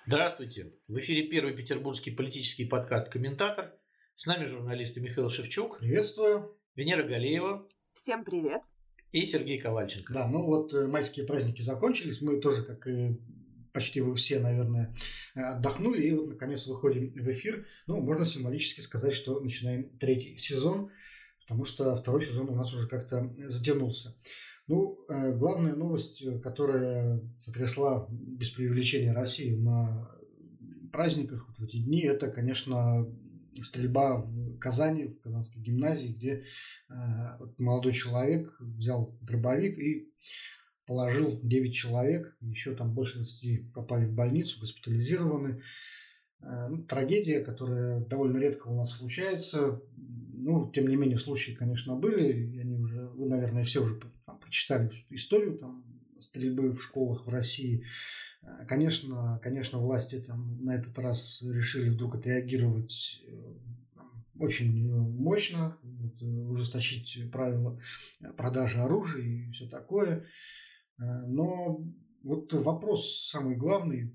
Здравствуйте! В эфире первый петербургский политический подкаст «Комментатор». С нами журналисты Михаил Шевчук, Приветствую. Венера Галеева Всем привет. и Сергей Ковальченко. Да, майские праздники закончились. Мы тоже, как и почти вы все, наверное, отдохнули. И вот, наконец, выходим в эфир. Можно символически сказать, что начинаем третий сезон, потому что второй сезон у нас уже как-то затянулся. Главная новость, которая сотрясла без преувеличения Россию на праздниках в эти дни, это, конечно, стрельба в Казани, в Казанской гимназии, где молодой человек взял дробовик и положил 9 человек, еще там больше 20 попали в больницу, госпитализированы. Трагедия, которая довольно редко у нас случается. Тем не менее, случаи, конечно, были. Вы, наверное, все уже прочитали историю стрельбы в школах в России. Конечно, власти на этот раз решили вдруг отреагировать очень мощно, ужесточить правила продажи оружия и все такое. Но вопрос самый главный,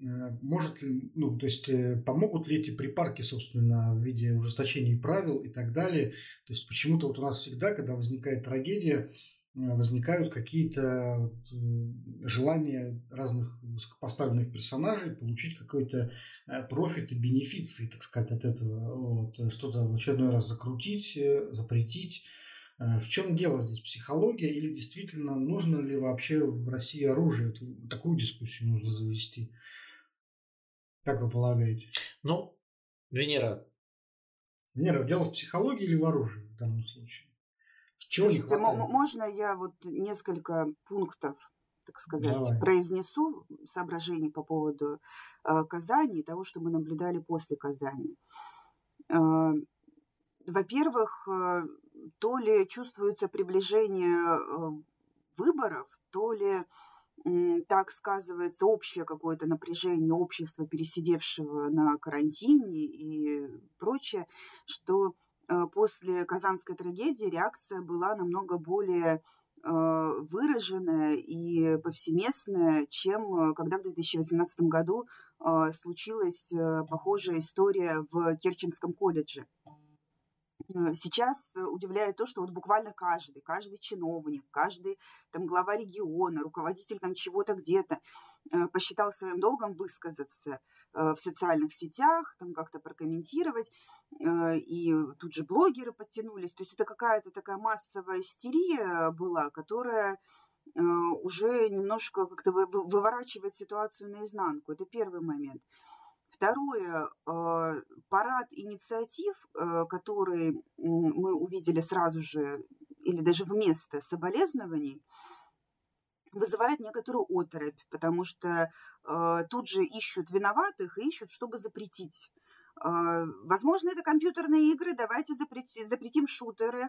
помогут ли эти припарки, собственно, в виде ужесточения правил и так далее. То есть почему-то у нас всегда, когда возникает трагедия, возникают какие-то желания разных высокопоставленных персонажей получить какой-то профит и бенефиции, так сказать, от этого. Что-то в очередной раз закрутить, запретить. В чем дело здесь? Психология или действительно нужно ли вообще в России оружие? Такую дискуссию нужно завести. Как вы полагаете? Венера, дело в психологии или в оружии в данном случае? Слушайте, можно я несколько пунктов, так сказать, произнесу соображений по поводу Казани и того, что мы наблюдали после Казани. Во-первых, то ли чувствуется приближение выборов, то ли так сказывается общее какое-то напряжение общества, пересидевшего на карантине и прочее, что после казанской трагедии реакция была намного более выраженная и повсеместная, чем когда в 2018 году случилась похожая история в Керченском колледже. Сейчас удивляет то, что буквально каждый чиновник, каждый глава региона, руководитель чего-то где-то посчитал своим долгом высказаться в социальных сетях, как-то прокомментировать, и тут же блогеры подтянулись. То есть это какая-то такая массовая истерия была, которая уже немножко как-то выворачивает ситуацию наизнанку. Это первый момент. Второе, парад инициатив, который мы увидели сразу же или даже вместо соболезнований, вызывает некоторую оторопь, потому что тут же ищут виноватых и ищут, чтобы запретить. Возможно, это компьютерные игры, давайте запретим шутеры.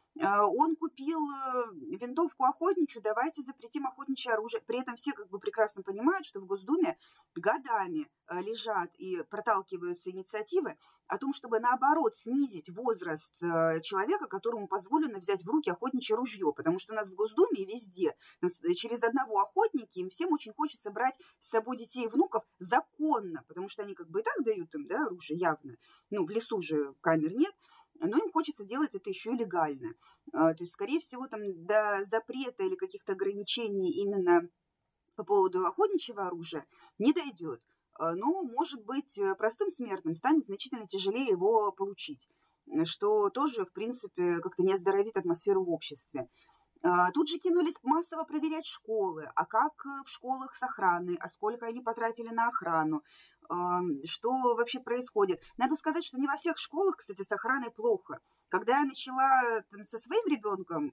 Он купил винтовку охотничью, давайте запретим охотничье оружие. При этом все прекрасно понимают, что в Госдуме годами лежат и проталкиваются инициативы о том, чтобы наоборот снизить возраст человека, которому позволено взять в руки охотничье ружье. Потому что у нас в Госдуме и везде через одного охотники им всем очень хочется брать с собой детей и внуков законно, потому что они и так дают им оружие явно. В лесу же камер нет. Но им хочется делать это еще и легально. То есть, скорее всего, до запрета или каких-то ограничений именно по поводу охотничьего оружия не дойдет. Но, может быть, простым смертным станет значительно тяжелее его получить, что тоже, в принципе, как-то не оздоровит атмосферу в обществе. Тут же кинулись массово проверять школы, а как в школах с охраной, а сколько они потратили на охрану, что вообще происходит. Надо сказать, что не во всех школах, кстати, с охраной плохо. Когда я начала со своим ребенком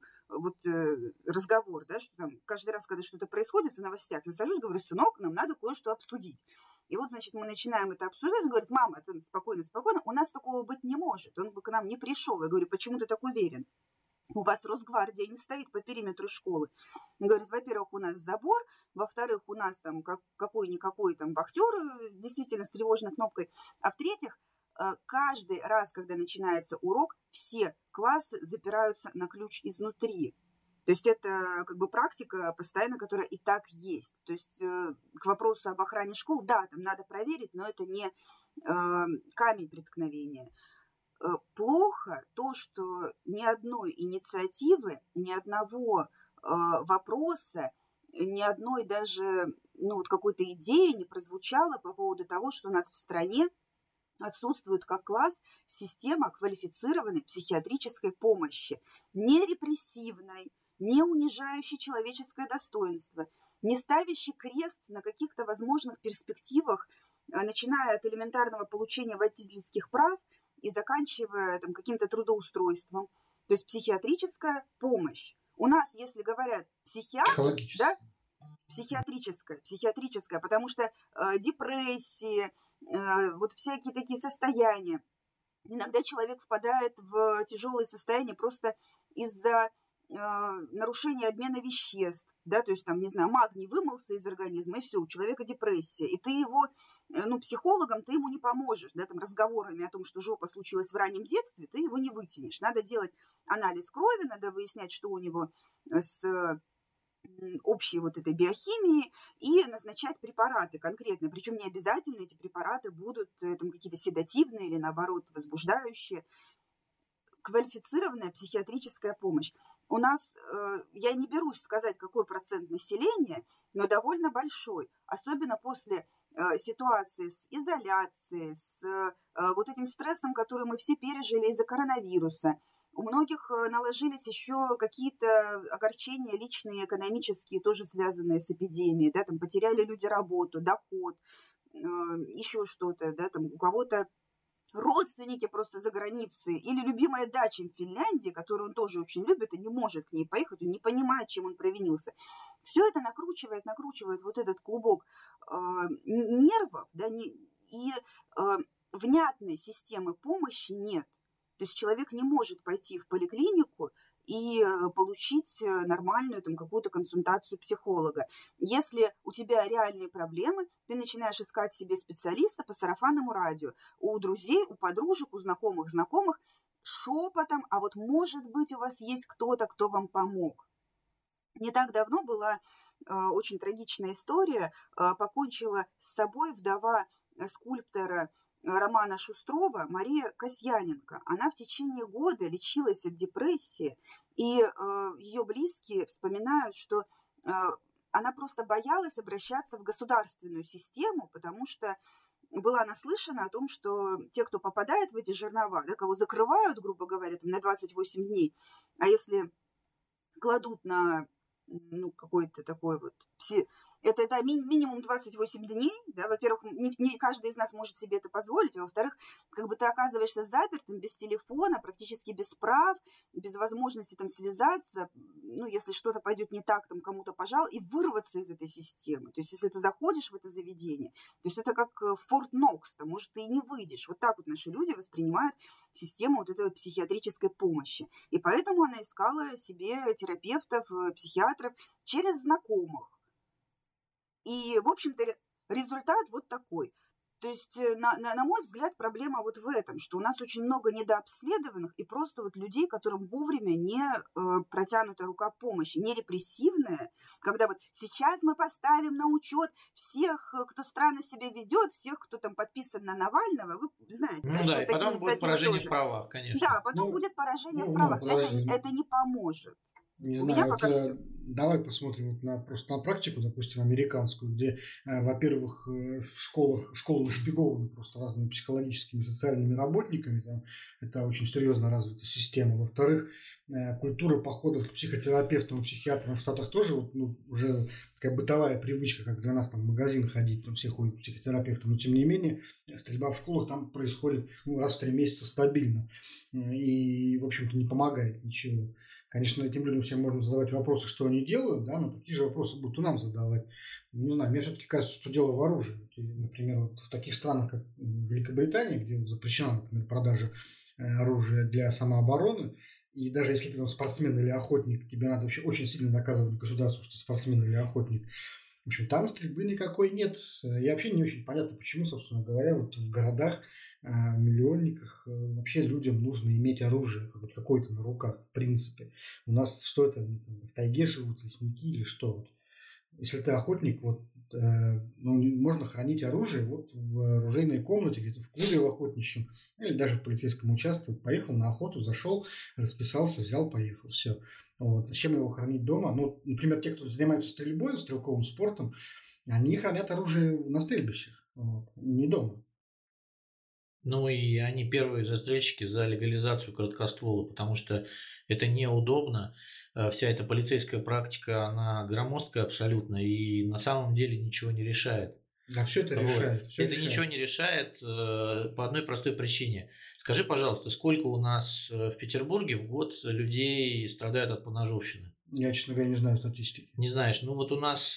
разговор, что каждый раз, когда что-то происходит в новостях, я сажусь, говорю: сынок, нам надо кое-что обсудить. И мы начинаем это обсуждать, он говорит: мама, спокойно, у нас такого быть не может, он бы к нам не пришел. Я говорю: почему ты так уверен? У вас Росгвардия не стоит по периметру школы. Он говорит: во-первых, у нас забор, во-вторых, у нас какой-никакой вахтер действительно с тревожной кнопкой, а в-третьих, каждый раз, когда начинается урок, все классы запираются на ключ изнутри. То есть это как бы практика постоянно, которая и так есть. То есть к вопросу об охране школ, да, там надо проверить, но это не камень преткновения. Плохо то, что ни одной инициативы, ни одного вопроса, ни одной даже какой-то идеи не прозвучало по поводу того, что у нас в стране отсутствует как класс система квалифицированной психиатрической помощи, не репрессивной, не унижающей человеческое достоинство, не ставящей крест на каких-то возможных перспективах, начиная от элементарного получения водительских прав и заканчивая каким-то трудоустройством. То есть психиатрическая помощь. У нас, если говорят психиатр, да, психиатрическая, потому что депрессии, вот всякие такие состояния. Иногда человек впадает в тяжелое состояние просто из-за нарушения обмена веществ, да, то есть магний вымылся из организма, и все, у человека депрессия, и ты его, психологом ты ему не поможешь, да, разговорами о том, что жопа случилась в раннем детстве, ты его не вытянешь. Надо делать анализ крови, надо выяснять, что у него с общей вот этой биохимии и назначать препараты конкретно. Причем не обязательно эти препараты будут какие-то седативные или, наоборот, возбуждающие. Квалифицированная психиатрическая помощь. У нас, я не берусь сказать, какой процент населения, но довольно большой. Особенно после ситуации с изоляцией, с вот этим стрессом, который мы все пережили из-за коронавируса. У многих наложились еще какие-то огорчения личные, экономические, тоже связанные с эпидемией. Да, потеряли люди работу, доход, еще что-то. Да, у кого-то родственники просто за границей или любимая дача в Финляндии, которую он тоже очень любит и не может к ней поехать, он не понимает, чем он провинился. Все это накручивает вот этот клубок нервов, да, и внятной системы помощи нет. То есть человек не может пойти в поликлинику и получить нормальную какую-то консультацию психолога. Если у тебя реальные проблемы, ты начинаешь искать себе специалиста по сарафанному радио. У друзей, у подружек, у знакомых шепотом, а вот может быть у вас есть кто-то, кто вам помог. Не так давно была очень трагичная история. Покончила с собой вдова скульптора Романа Шустрова Мария Касьяненко. Она в течение года лечилась от депрессии, и ее близкие вспоминают, что она просто боялась обращаться в государственную систему, потому что была наслышана о том, что те, кто попадает в эти жернова, да, кого закрывают, грубо говоря, на 28 дней, а если кладут на какой-то такой вот это минимум 28 дней, да, во-первых, не каждый из нас может себе это позволить, а во-вторых, ты оказываешься запертым, без телефона, практически без прав, без возможности связаться, если что-то пойдет не так, кому-то пожал, и вырваться из этой системы. То есть, если ты заходишь в это заведение, то есть это как Форт Нокс, может, ты и не выйдешь. Вот так вот наши люди воспринимают систему вот этой психиатрической помощи. И поэтому она искала себе терапевтов, психиатров через знакомых. И, в общем-то, результат вот такой. То есть, на мой взгляд, проблема вот в этом, что у нас очень много недообследованных и просто вот людей, которым вовремя не протянута рука помощи, не репрессивная, когда вот сейчас мы поставим на учет всех, кто странно себя ведет, всех, кто подписан на Навального, вы знаете, что и потом будет поражение в правах, конечно. Да, потом будет поражение в правах. Это не поможет. Не знаю, давай посмотрим просто на практику, допустим, американскую, где, во-первых, школы нашпигованы просто разными психологическими и социальными работниками, это очень серьезно развита система. Во-вторых, культура походов к психотерапевтам и психиатрам в Штатах тоже уже такая бытовая привычка, как для нас в магазин ходить, все ходят к психотерапевтам, но тем не менее стрельба в школах там происходит раз в 3 месяца стабильно и, в общем-то, не помогает ничего. Конечно, этим людям всем можно задавать вопросы, что они делают, да, но такие же вопросы будут и нам задавать. Не знаю, мне все-таки кажется, что дело в оружии. Например, вот в таких странах, как Великобритания, где запрещена, например, продажа оружия для самообороны, и даже если ты спортсмен или охотник, тебе надо вообще очень сильно доказывать государству, что ты спортсмен или охотник. В общем, там стрельбы никакой нет. И вообще не очень понятно, почему, собственно говоря, вот в городах миллионниках вообще людям нужно иметь оружие хоть какое-то на руках, в принципе. У нас что это, они там в тайге живут, лесники или что? Вот. Если ты охотник, вот, можно хранить оружие вот в оружейной комнате, где-то в клубе в охотничьем, или даже в полицейском участке. Поехал на охоту, зашел, расписался, взял, поехал. Все. Вот. Зачем его хранить дома? Ну, например, те, кто занимаются стрельбой, стрелковым спортом, они хранят оружие на стрельбищах, вот, не дома. Ну и они первые застрельщики за легализацию короткоствола, потому что это неудобно. Вся эта полицейская практика, она громоздкая абсолютно и на самом деле ничего не решает. Да, все это Вот. решает. Все Это решает. ничего не решает по одной простой причине. Скажи, пожалуйста, сколько у нас в Петербурге в год людей страдают от поножовщины? Я, честно говоря, не знаю статистики. Не знаешь. Ну вот у нас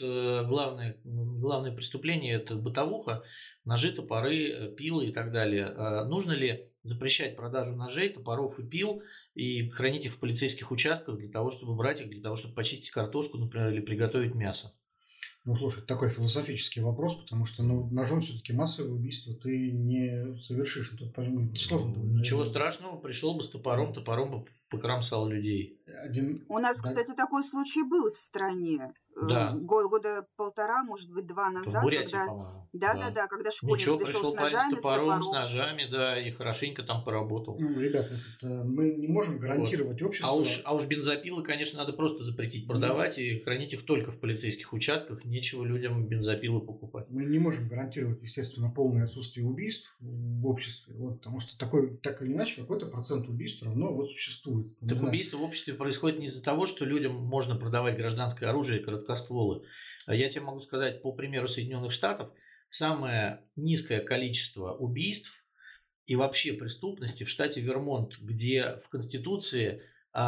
главное преступление – это бытовуха, ножи, топоры, пилы и так далее. Нужно ли запрещать продажу ножей, топоров и пил и хранить их в полицейских участках для того, чтобы брать их, для того, чтобы почистить картошку, например, или приготовить мясо? Ну, слушай, такой философический вопрос, потому что ножом все-таки массовое убийство ты не совершишь. Тут сложно. Ничего страшного, пришел бы с топором бы покромсал людей. У нас, кстати, такой случай был в стране. Да. Года полтора, может быть, 2 назад. В Бурятии, по-моему. Да, когда школьник Ничего, пришел с парень ножами, с топором, с ножами, да, и хорошенько там поработал. Ну, ребята, мы не можем гарантировать обществу. А уж бензопилы, конечно, надо просто запретить продавать и хранить их только в полицейских участках. Нечего людям бензопилы покупать. Мы не можем гарантировать, естественно, полное отсутствие убийств в обществе, вот, потому что так или иначе какой-то процент убийств равно вот существует. Так убийство в обществе происходит не из-за того, что людям можно продавать гражданское оружие и короткостволы. Я тебе могу сказать, по примеру Соединенных Штатов, самое низкое количество убийств и вообще преступности в штате Вермонт, где в Конституции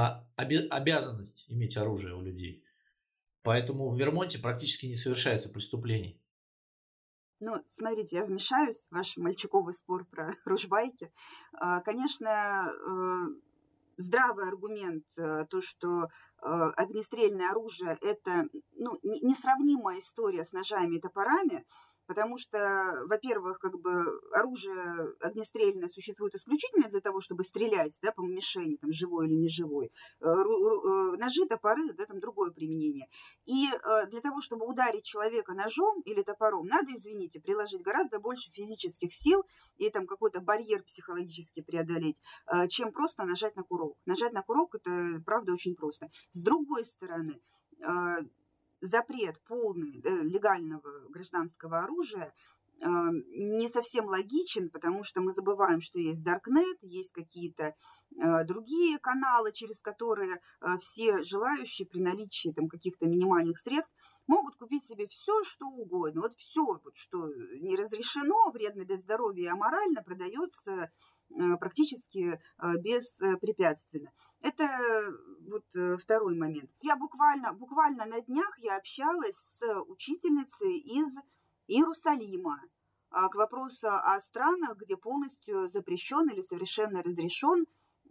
обязанность иметь оружие у людей. Поэтому в Вермонте практически не совершается преступлений. Ну, смотрите, я вмешаюсь в ваш мальчиковый спор про ружбайки. Конечно, здравый аргумент, то, что огнестрельное оружие – это несравнимая история с ножами и топорами, потому что, во-первых, оружие огнестрельное существует исключительно для того, чтобы стрелять, да, по мишени, там, живой или неживой. Ножи, топоры, да, там другое применение. И для того, чтобы ударить человека ножом или топором, надо, извините, приложить гораздо больше физических сил и там какой-то барьер психологически преодолеть, чем просто нажать на курок. Нажать на курок – это, правда, очень просто. С другой стороны, запрет полный легального гражданского оружия не совсем логичен, потому что мы забываем, что есть Даркнет, есть какие-то другие каналы, через которые все желающие при наличии там каких-то минимальных средств могут купить себе все, что угодно. Вот все, вот, что не разрешено, вредно для здоровья и аморально, продается практически беспрепятственно. Это вот второй момент. Я буквально на днях я общалась с учительницей из Иерусалима к вопросу о странах, где полностью запрещен или совершенно разрешен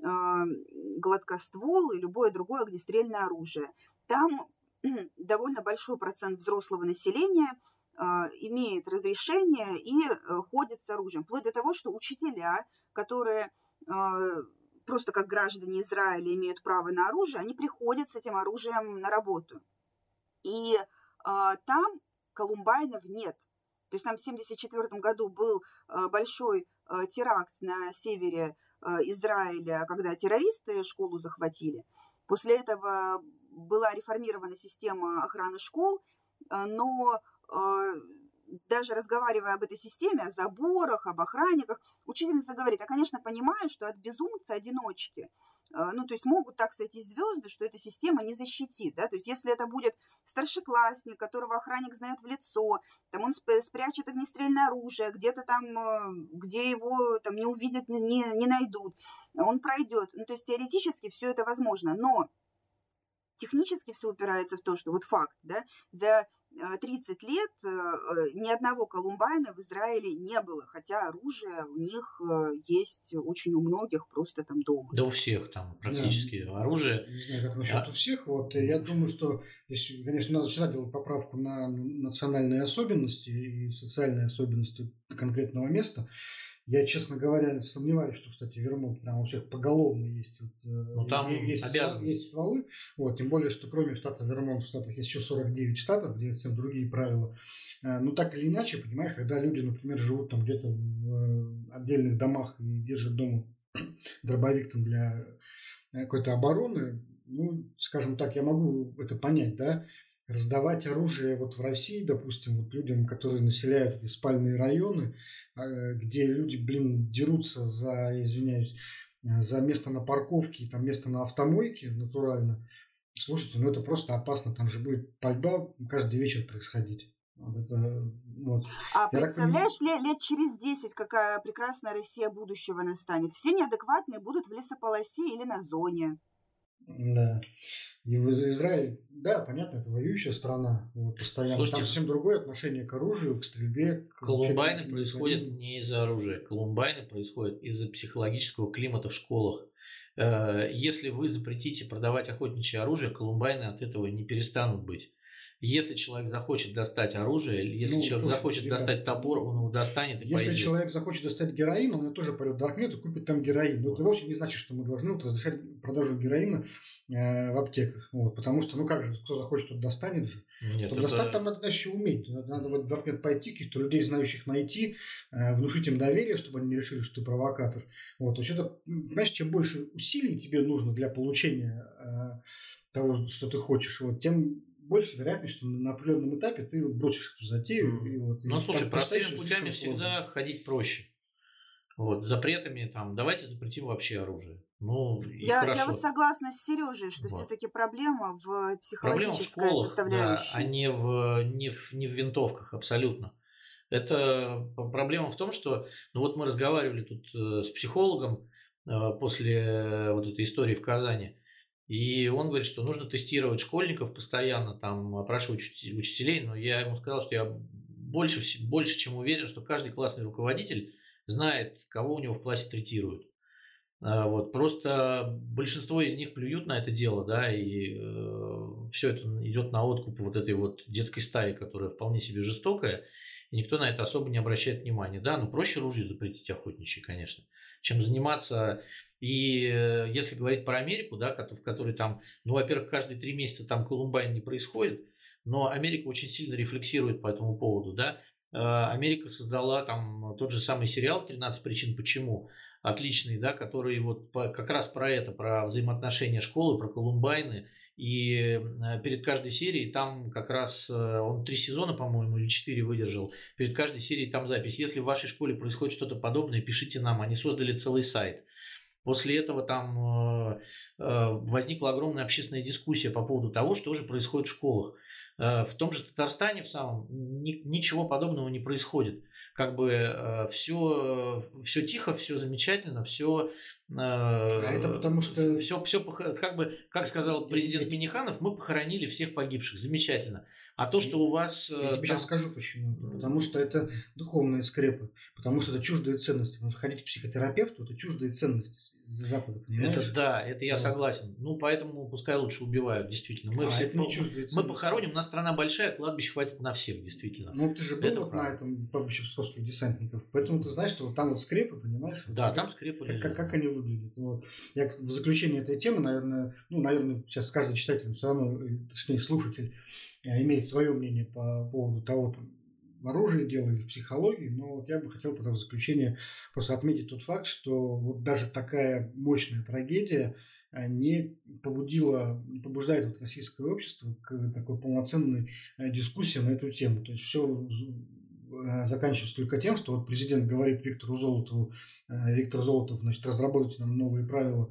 гладкоствол и любое другое огнестрельное оружие. Там довольно большой процент взрослого населения имеет разрешение и ходит с оружием. Вплоть до того, что учителя, которые просто как граждане Израиля имеют право на оружие, они приходят с этим оружием на работу. И там колумбайнов нет. То есть там в 1974 году был большой теракт на севере Израиля, когда террористы школу захватили. После этого была реформирована система охраны школ, но даже разговаривая об этой системе, о заборах, об охранниках, учительница говорит: я, конечно, понимаю, что от безумца-одиночки, то есть могут так сойти звезды, что эта система не защитит, да, то есть если это будет старшеклассник, которого охранник знает в лицо, там он спрячет огнестрельное оружие, где-то там, где его там не увидят, не найдут, он пройдет, то есть теоретически все это возможно, но технически все упирается в то, что вот факт, да, за 30 лет ни одного колумбайна в Израиле не было, хотя оружие у них есть очень у многих просто там дома. Да у всех там практически оружие. Не знаю, как насчет у всех. Вот, я думаю, что здесь, конечно, надо всегда делать поправку на национальные особенности и социальные особенности конкретного места. Я, честно говоря, сомневаюсь, что, кстати, Вермонт прям у всех поголовно есть, там есть стволы. Вот, тем более, что кроме штата Вермонт в Штатах есть еще 49 штатов, где совсем другие правила. Но так или иначе, понимаешь, когда люди, например, живут там где-то в отдельных домах и держат дома дробовик там для какой-то обороны, ну, скажем так, я могу это понять, да, раздавать оружие вот в России, допустим, вот людям, которые населяют эти спальные районы, где люди, дерутся за, извиняюсь, за место на парковке и там место на автомойке натурально. Слушайте, ну это просто опасно, там же будет пальба каждый вечер происходить. Вот. А представляешь, лет через 10 какая прекрасная Россия будущего настанет? Все неадекватные будут в лесополосе или на зоне. Да. И в Израиле, да, понятно, это воюющая страна, вот, постоянно. Слушайте, там совсем другое отношение к оружию, к стрельбе. Колумбайны происходят не из-за оружия. Колумбайны происходят из-за психологического климата в школах. Если вы запретите продавать охотничье оружие, колумбайны от этого не перестанут быть. Если человек захочет достать оружие, если человек захочет достать топор, он его достанет и пойдет. Если человек захочет достать героин, он тоже пойдет в Даркнет и купит там героин. Но это вовсе не значит, что мы должны разрешать продажу героина в аптеках. Вот, потому что, ну как же, кто захочет, тот достанет же. Нет, чтобы достать, там надо еще уметь. Надо в этот Даркнет пойти, каких-то людей, знающих, найти, внушить им доверие, чтобы они не решили, что ты провокатор. Вот, то есть это, знаешь, чем больше усилий тебе нужно для получения того, что ты хочешь, вот, тем больше вероятность, что на определенном этапе ты бросишь эту затею. Ну, слушай, простыми путями всегда ходить проще. Вот, запретами, там, давайте запретим вообще оружие. Ну, я вот согласна с Сережей, что все-таки проблема в психологической составляющей. Да, а не в винтовках, абсолютно. Это проблема в том, что, ну вот мы разговаривали тут с психологом после вот этой истории в Казани. И он говорит, что нужно тестировать школьников постоянно, там, опрашивать учителей, но я ему сказал, что я больше чем уверен, что каждый классный руководитель знает, кого у него в классе третируют. Вот. Просто большинство из них плюют на это дело, да, и все это идет на откуп вот этой вот детской стаи, которая вполне себе жестокая, и никто на это особо не обращает внимания. Да, ну проще ружье запретить охотничьи, конечно, чем заниматься. И если говорить про Америку, да, в которой там, ну, во-первых, каждые 3 месяца там колумбайн не происходит, но Америка очень сильно рефлексирует по этому поводу, да. Америка создала там тот же самый сериал «13 причин почему», отличный, да, который вот как раз про это, про взаимоотношения школы, про колумбайны. И перед каждой серией там как раз, он 3 сезона, по-моему, или 4 выдержал, перед каждой серией там запись: если в вашей школе происходит что-то подобное, пишите нам. Они создали целый сайт. После этого там возникла огромная общественная дискуссия по поводу того, что же происходит в школах. В том же Татарстане в самом ничего подобного не происходит. Как бы все тихо, все замечательно, все. Это потому что все, как бы, как сказал президент Миниханов, мы похоронили всех погибших, замечательно. А то, что у вас... Я тебе сейчас скажу почему. Потому что это духовные скрепы. Потому что это чуждые ценности. Потому что ходить к психотерапевту – это чуждые ценности Запада, понимаешь? Это да, это я согласен. Ну, поэтому пускай лучше убивают, действительно. Мы все это не чуждые ценности. Мы похороним, у нас страна большая, кладбища хватит на всех, действительно. Ну, ты же был вот на этом кладбище псковских десантников. Поэтому ты знаешь, что вот там вот скрепы, понимаешь? Да, там скрепы лежат. Как они выглядят. Вот. Я в заключение этой темы, наверное, сейчас каждый читатель, все равно, точнее, слушатель, имеет свое мнение по поводу того, там, оружие дело или в психологии, но вот я бы хотел тогда в заключение просто отметить тот факт, что вот даже такая мощная трагедия не побуждает вот российское общество к такой полноценной дискуссии на эту тему. То есть все заканчивается только тем, что вот президент говорит Виктору Золотову: Виктор Золотов, значит, разработайте нам новые правила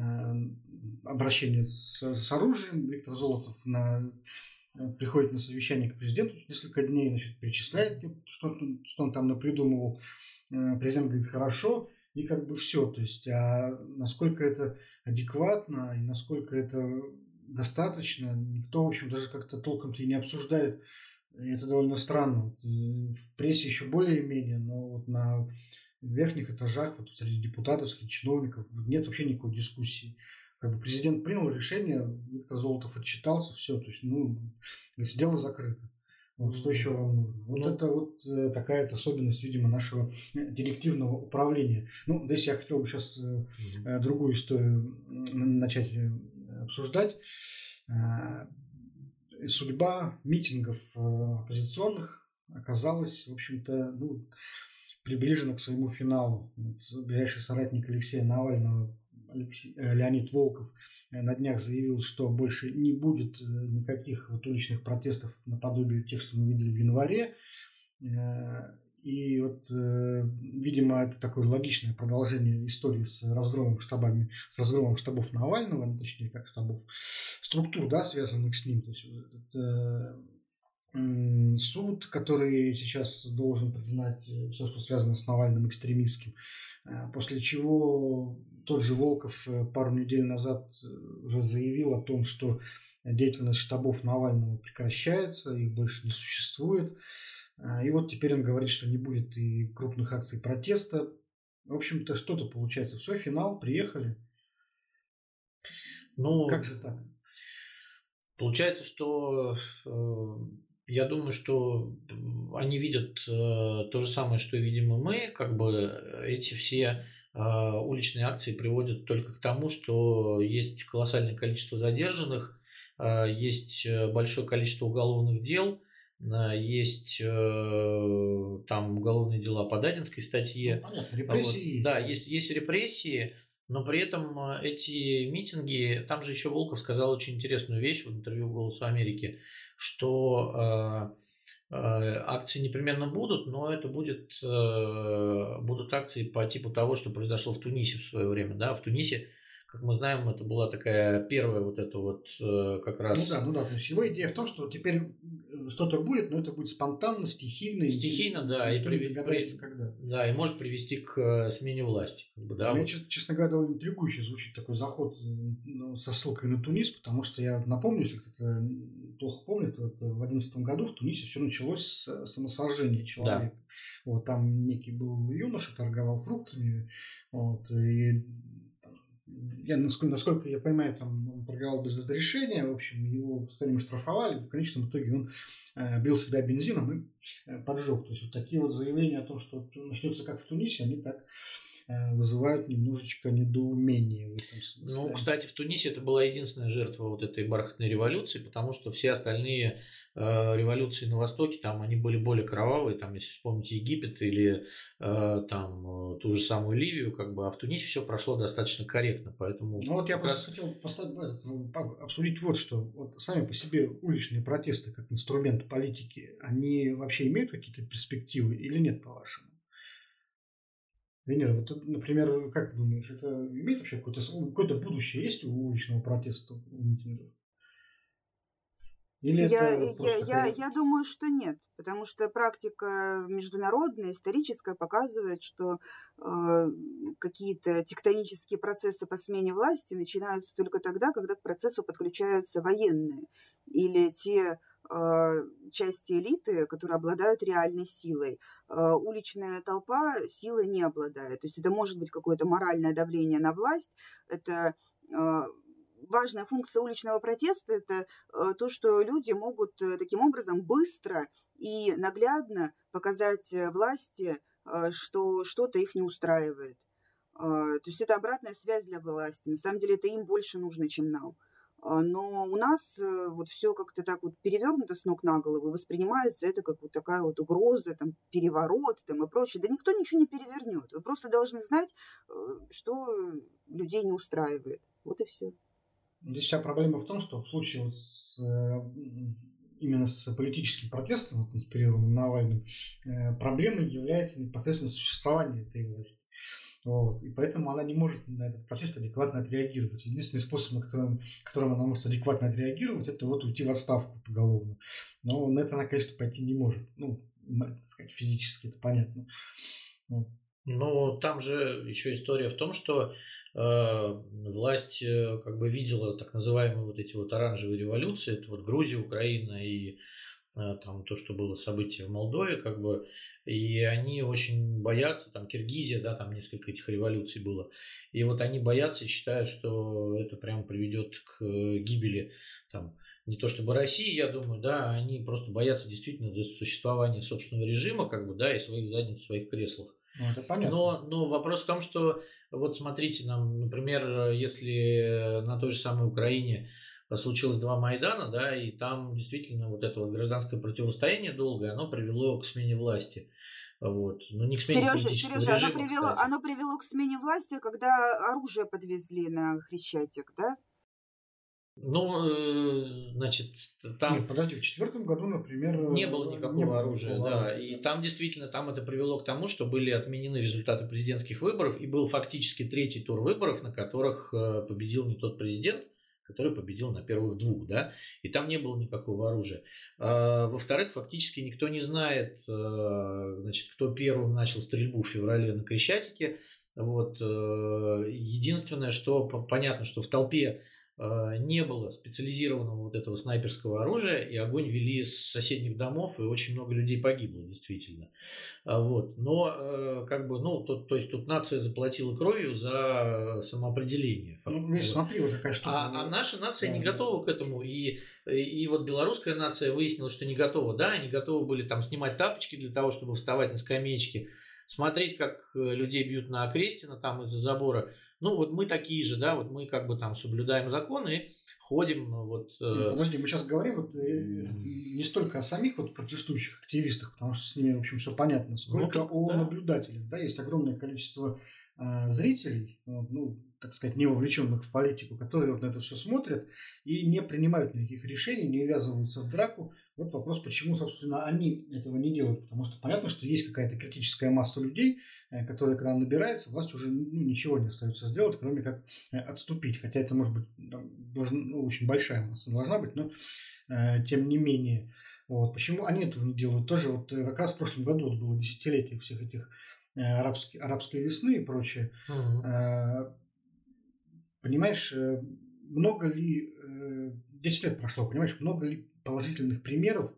обращения с оружием. Виктор Золотов приходит на совещание к президенту несколько дней, значит, перечисляет, что он там напридумывал. Президент говорит: хорошо, и как бы все. То есть, насколько это адекватно и насколько это достаточно, никто, в общем, даже как-то толком-то и не обсуждает. И это довольно странно. В прессе еще более-менее, но вот на верхних этажах, вот среди депутатов, среди чиновников нет вообще никакой дискуссии. Как бы президент принял решение, Виктор Золотов отчитался, все, то есть, дело закрыто. Вот что еще вам нужно? Вот это вот такая особенность, видимо, нашего директивного управления. Ну, здесь я хотел бы сейчас другую историю начать обсуждать. Судьба митингов оппозиционных оказалась, в общем-то, приближена к своему финалу. Вот ближайший соратник Алексея Навального, Леонид Волков, на днях заявил, что больше не будет никаких вот уличных протестов наподобие тех, что мы видели в январе. И вот, видимо, это такое логичное продолжение истории с разгромом штабов Навального, точнее, как штабов, структур, да, связанных с ним. То есть суд, который сейчас должен признать все, что связано с Навальным, экстремистским, после чего тот же Волков пару недель назад уже заявил о том, что деятельность штабов Навального прекращается, их больше не существует. И вот теперь он говорит, что не будет и крупных акций протеста. В общем-то, что-то получается. Все, финал, приехали. Как же так? Получается, что я думаю, что они видят то же самое, что и видим и мы. Как бы эти все уличные акции приводят только к тому, что есть колоссальное количество задержанных, есть большое количество уголовных дел, есть там уголовные дела по Дадинской статье. Понятно, репрессии есть. Да, есть репрессии, но при этом эти митинги, там же еще Волков сказал очень интересную вещь в интервью «Голосу Америки», что акции непременно будут, но это будут акции по типу того, что произошло в Тунисе в свое время. Да? В Тунисе, как мы знаем, это была такая первая вот эта вот как раз... Ну да. То есть его идея в том, что теперь что-то будет, но это будет спонтанно, стихийно. Стихийно, да. И может привести к смене власти. Как бы, да, мне, честно говоря, довольно интригующе звучит такой заход со ссылкой на Тунис, потому что я напомню, если кто-то плохо помнит, вот в 2011 году в Тунисе все началось с самосожжения человека. Да. Вот, там некий был юноша, торговал фруктами, вот, и насколько я понимаю, там он торговал без разрешения, в общем, его постоянно штрафовали, в конечном итоге он брил себя бензином и поджег. То есть вот такие вот заявления о том, что начнется как в Тунисе, они так вызывают немножечко недоумение в этом смысле. Ну, кстати, в Тунисе это была единственная жертва вот этой бархатной революции, потому что все остальные революции на Востоке, там они были более кровавые, там, если вспомнить Египет или там ту же самую Ливию, как бы, а в Тунисе все прошло достаточно корректно, поэтому... Ну вот я просто хотел обсудить вот что. Вот сами по себе уличные протесты как инструмент политики, они вообще имеют какие-то перспективы или нет, по-вашему? Венера, вот, например, как ты думаешь, это имеет вообще какое-то будущее есть у уличного протеста, у митингов? Я думаю, что нет, потому что практика международная, историческая показывает, что какие-то тектонические процессы по смене власти начинаются только тогда, когда к процессу подключаются военные или те части элиты, которые обладают реальной силой. Уличная толпа силой не обладает. То есть это может быть какое-то моральное давление на власть, это... Важная функция уличного протеста – это то, что люди могут таким образом быстро и наглядно показать власти, что что-то их не устраивает. То есть это обратная связь для власти. На самом деле это им больше нужно, чем нам. Но у нас вот все как-то так вот перевернуто с ног на голову, воспринимается это как вот такая вот угроза, там, переворот там, и прочее. Да никто ничего не перевернет. Вы просто должны знать, что людей не устраивает. Вот и все. Здесь вся проблема в том, что в случае вот именно с политическим протестом, вот, инспирированным Навальным, проблемой является непосредственно существование этой власти. Вот. И поэтому она не может на этот протест адекватно отреагировать. Единственный способ, которым она может адекватно отреагировать, это вот уйти в отставку поголовно. Но на это она, конечно, пойти не может. Ну, так сказать, физически это понятно. Вот. Но там же еще история в том, что власть как бы видела так называемые вот эти вот оранжевые революции, это вот Грузия, Украина и там то, что было событие в Молдове, как бы, и они очень боятся, там Киргизия, да, там несколько этих революций было, и вот они боятся и считают, что это прям приведет к гибели, там, не то чтобы России, я думаю, да, они просто боятся действительно за существование собственного режима, как бы, да, и своих задниц в своих креслах. Ну, это понятно. Но вопрос в том, что вот смотрите, нам, например, если на той же самой Украине случилось два Майдана, да, и там действительно вот это вот гражданское противостояние долгое, оно привело к смене власти. Вот. Но не к смене политического Сережа, режима, кстати. оно привело к смене власти, когда оружие подвезли на Хрещатик, да? Ну, значит, там Нет, подожди, в 2004 году, например, не было никакого оружия, никакого да. оружия, И да. там действительно, там это привело к тому, что были отменены результаты президентских выборов, и был фактически третий тур выборов, на которых победил не тот президент, который победил на первых двух, да, и там не было никакого оружия. Во-вторых, фактически никто не знает, значит, кто первым начал стрельбу в феврале на Крещатике. Вот. Единственное, что понятно, что в толпе не было специализированного вот этого снайперского оружия, и огонь вели с соседних домов, и очень много людей погибло, действительно. Вот. Но, как бы, ну, то есть тут нация заплатила кровью за самоопределение. Ну, видишь, смотри, вот такая штука. А наша нация Да, не готова к этому. И вот белорусская нация выяснила, что не готова. Да, они готовы были там снимать тапочки для того, чтобы вставать на скамеечке, смотреть, как людей бьют на Окрестина там из-за забора. Ну, вот мы такие же, да, вот мы как бы там соблюдаем законы и ходим, вот... Нет, подожди, мы сейчас говорим вот, не столько о самих вот протестующих активистах, потому что с ними, в общем, все понятно, сколько о наблюдателях. Да, есть огромное количество зрителей, вот, ну, так сказать, не вовлеченных в политику, которые вот на это все смотрят и не принимают никаких решений, не ввязываются в драку. Вот вопрос, почему, собственно, они этого не делают. Потому что понятно, что есть какая-то критическая масса людей, которая, когда набирается, власть уже ничего не остается сделать, кроме как отступить. Хотя это, может быть, очень большая масса должна быть, но тем не менее. Вот. Почему они этого не делают? Тоже вот как раз в прошлом году вот было десятилетие всех этих арабской весны и прочее. Понимаешь, много ли, 10 лет прошло, понимаешь, много ли положительных примеров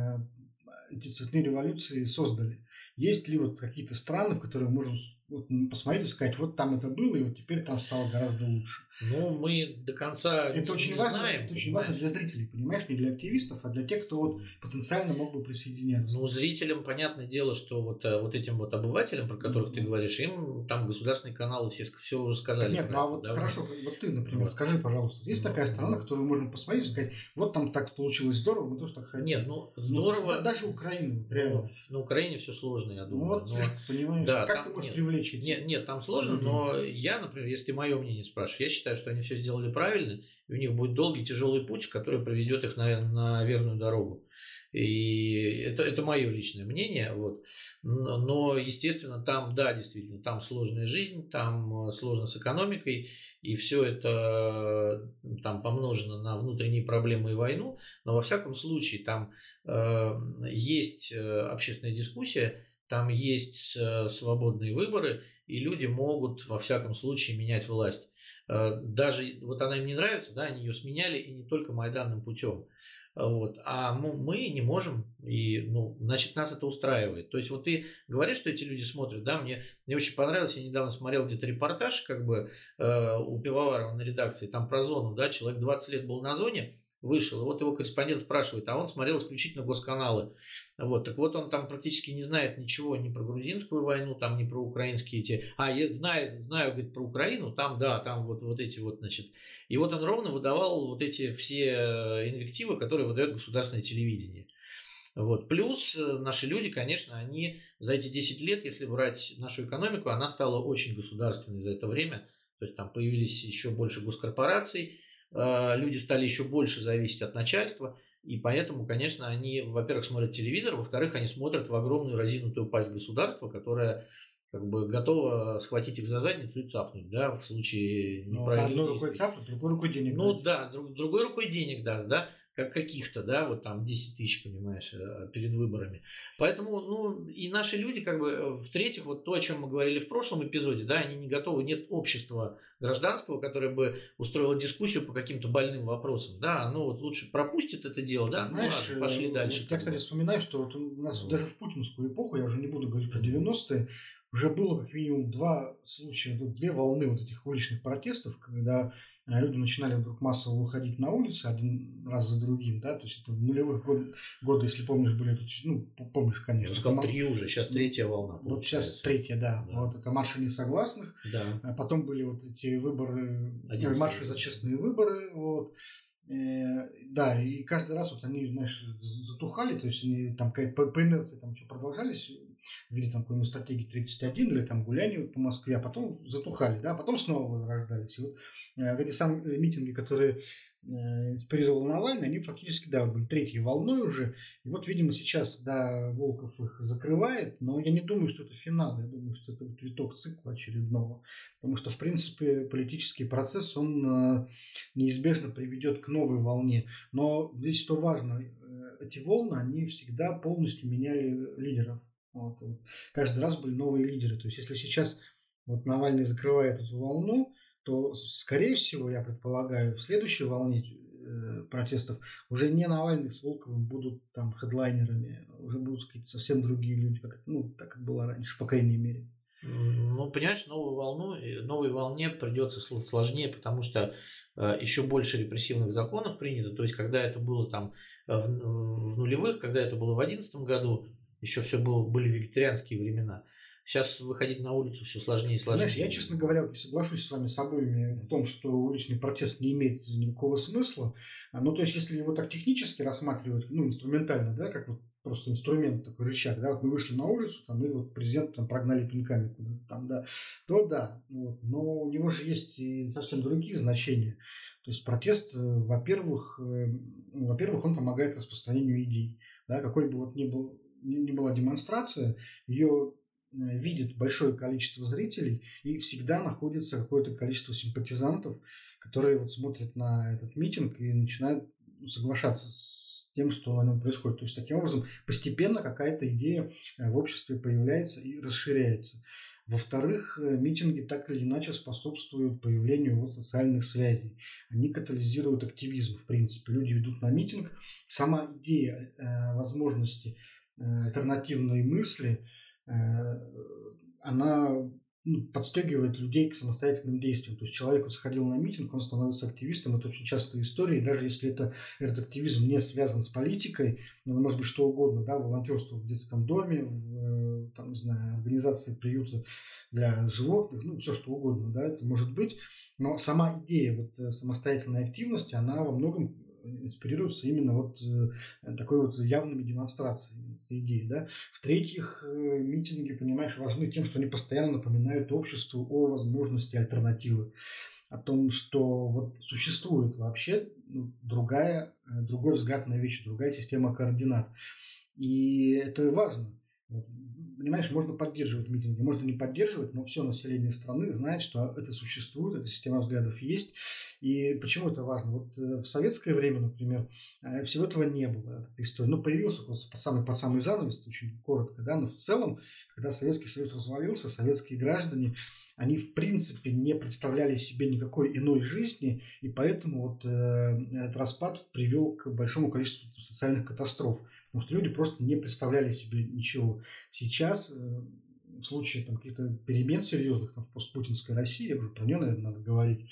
эти цветные революции создали? Есть ли вот какие-то страны, в которые мы можем посмотреть и сказать, вот там это было, и вот теперь там стало гораздо лучше? Ну, мы до конца это очень не важно, знаем. Это очень важно для зрителей, понимаешь, не для активистов, а для тех, кто вот потенциально мог бы присоединяться. Ну, зрителям, понятное дело, что вот этим вот обывателям, про которых ты говоришь, им там государственные каналы все уже сказали. Нет, ну а вот хорошо, вот ты, например, скажи, пожалуйста, есть такая страна, которую можно посмотреть и сказать, вот там так получилось здорово, мы тоже так хотим. Нет, ну здорово. Даже Украину, реально. На Украине все сложно, я думаю. Ну вот, понимаешь, да, как ты можешь привлечь этих? Нет, там сложно, но я, например, если ты мое мнение спрашиваешь, я считаю, что они все сделали правильно, и у них будет долгий, тяжелый путь, который приведет их на верную дорогу. И это мое личное мнение. Вот. Но, естественно, там, да, действительно, там сложная жизнь, там сложно с экономикой, и все это там помножено на внутренние проблемы и войну. Но, во всяком случае, там есть общественная дискуссия, там есть свободные выборы, и люди могут, во всяком случае, менять власть. Даже вот она им не нравится, да, они ее сменяли, и не только майданным путем. Вот. А мы не можем, и, значит, нас это устраивает. То есть, вот ты говоришь, что эти люди смотрят, да, мне очень понравилось, я недавно смотрел где-то репортаж, как бы, у Пивоварова на редакции, там про зону, да, человек 20 лет был на зоне, вышел, и вот его корреспондент спрашивает, а он смотрел исключительно госканалы. Вот, так вот он там практически не знает ничего ни про грузинскую войну, там ни про украинские эти... я знаю, говорит, про Украину, там, да, там вот эти вот, значит... И вот он ровно выдавал вот эти все инвективы, которые выдает государственное телевидение. Вот. Плюс наши люди, конечно, они за эти 10 лет, если брать нашу экономику, она стала очень государственной за это время. То есть там появились еще больше госкорпораций, люди стали еще больше зависеть от начальства, и поэтому, конечно, они, во-первых, смотрят телевизор, во-вторых, они смотрят в огромную разинутую пасть государства, которая как бы готова схватить их за задницу и цапнуть, да, в случае неправильных действий. Одной рукой цапнуть, другой рукой денег даст. Да, другой рукой денег даст, да. как каких-то, да, вот там 10 тысяч, понимаешь, перед выборами. Поэтому, ну, и наши люди, как бы, в-третьих, вот то, о чем мы говорили в прошлом эпизоде, да, они не готовы, нет общества гражданского, которое бы устроило дискуссию по каким-то больным вопросам, да, оно вот лучше пропустит это дело, да, Знаешь, ну ладно, пошли дальше. вот я, кстати, вспоминаю, что вот у нас Вот. даже в путинскую эпоху, я уже не буду говорить про 90-е, уже было как минимум два случая, две волны вот этих уличных протестов, когда люди начинали вдруг массово выходить на улицы один раз за другим, да, то есть это в нулевых годы, если помнишь, были, ну, помнишь, Я конечно. бы сказал, 3 уже, сейчас третья волна Вот сейчас получается. третья, да. Да. Вот это марши несогласных. Да. А потом были вот эти выборы, 11 марши за честные выборы. Вот. Да, и каждый раз вот они, знаешь, затухали, то есть они там по инерции там еще продолжались в виде там какой-нибудь стратегии 31 или там гуляния вот по Москве, а потом затухали, да, а потом снова возрождались. И вот эти самые митинги, которые инспирировал Навальный, они фактически, да, были третьей волной уже. И вот, видимо, сейчас, да, Волков их закрывает, но я не думаю, что это финал. Я думаю, что это вот виток цикла очередного. Потому что, в принципе, политический процесс, он неизбежно приведет к новой волне. Но здесь что важно, эти волны, они всегда полностью меняли лидеров. Вот. Каждый раз были новые лидеры. То есть, если сейчас вот Навальный закрывает эту волну, то, скорее всего, я предполагаю, в следующей волне протестов уже не Навальный с Волковым будут там хедлайнерами, уже будут какие-то совсем другие люди, как это было раньше, по крайней мере. Ну, понимаешь, новой волне придется сложнее, потому что еще больше репрессивных законов принято. То есть, когда это было там в нулевых, когда это было в 2011 году, еще все были вегетарианские времена. Сейчас выходить на улицу все сложнее и сложнее. Знаешь, я, честно говоря, не соглашусь с вами с обоими в том, что уличный протест не имеет никакого смысла. Ну, то есть, если его так технически рассматривать, ну, инструментально, да, как вот просто инструмент, такой рычаг, да, вот мы вышли на улицу, там, и вот президент там прогнали пинками куда-то там, да, то да, вот, но у него же есть и совсем другие значения. То есть протест, во-первых, он помогает распространению идей, да, какой бы вот ни была демонстрация, ее видит большое количество зрителей, и всегда находится какое-то количество симпатизантов, которые вот смотрят на этот митинг и начинают соглашаться с тем, что на нем происходит. То есть, таким образом, постепенно какая-то идея в обществе появляется и расширяется. Во-вторых, митинги так или иначе способствуют появлению вот социальных связей. Они катализируют активизм, в принципе. Люди ведут на митинг. Сама идея возможности альтернативной мысли, она подстегивает людей к самостоятельным действиям. То есть человек сходил на митинг, он становится активистом. Это очень частая история. И даже если этот активизм не связан с политикой, может быть что угодно, да, волонтерство в детском доме, там, не знаю, организация приюта для животных, ну, все что угодно, да, это может быть. Но сама идея вот самостоятельной активности, она во многом инспирируется именно вот такой вот явными демонстрациями этой идеи, да. В-третьих, митинги, понимаешь, важны тем, что они постоянно напоминают обществу о возможности альтернативы, о том, что вот существует вообще другой взгляд на вещи, другая система координат. И это важно. Понимаешь, можно поддерживать митинги, можно не поддерживать, но все население страны знает, что это существует, эта система взглядов есть. И почему это важно? Вот в советское время, например, всего этого не было, этой истории. Ну, появился вот под самый занавес, очень коротко, да, но в целом, когда Советский Союз развалился, советские граждане, они в принципе не представляли себе никакой иной жизни, и поэтому вот этот распад привел к большому количеству социальных катастроф. Потому что люди просто не представляли себе ничего. Сейчас, в случае там, каких-то перемен серьезных там, в постпутинской России, уже про нее, наверное, надо говорить,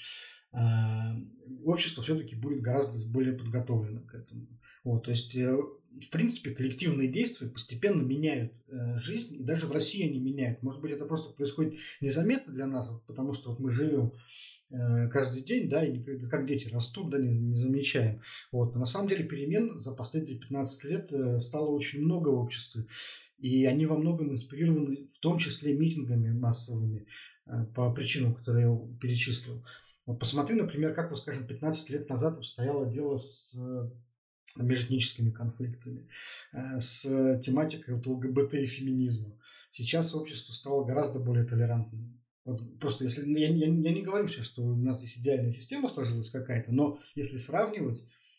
общество все-таки будет гораздо более подготовлено к этому. Вот, то есть, в принципе, коллективные действия постепенно меняют жизнь, и даже в России они меняют. Может быть, это просто происходит незаметно для нас, потому что вот мы живем каждый день, да, и как дети растут, да, не замечаем. Вот. Но на самом деле перемен за последние 15 лет стало очень много в обществе, и они во многом инспирированы, в том числе митингами массовыми, по причинам, которые я перечислил. Вот посмотри, например, как, вот, скажем, 15 лет назад обстояло дело с межэтническими конфликтами, с тематикой вот ЛГБТ и феминизма. Сейчас общество стало гораздо более толерантным. Вот просто если я не говорю сейчас, что у нас здесь идеальная система сложилась какая-то, но если сравнивать,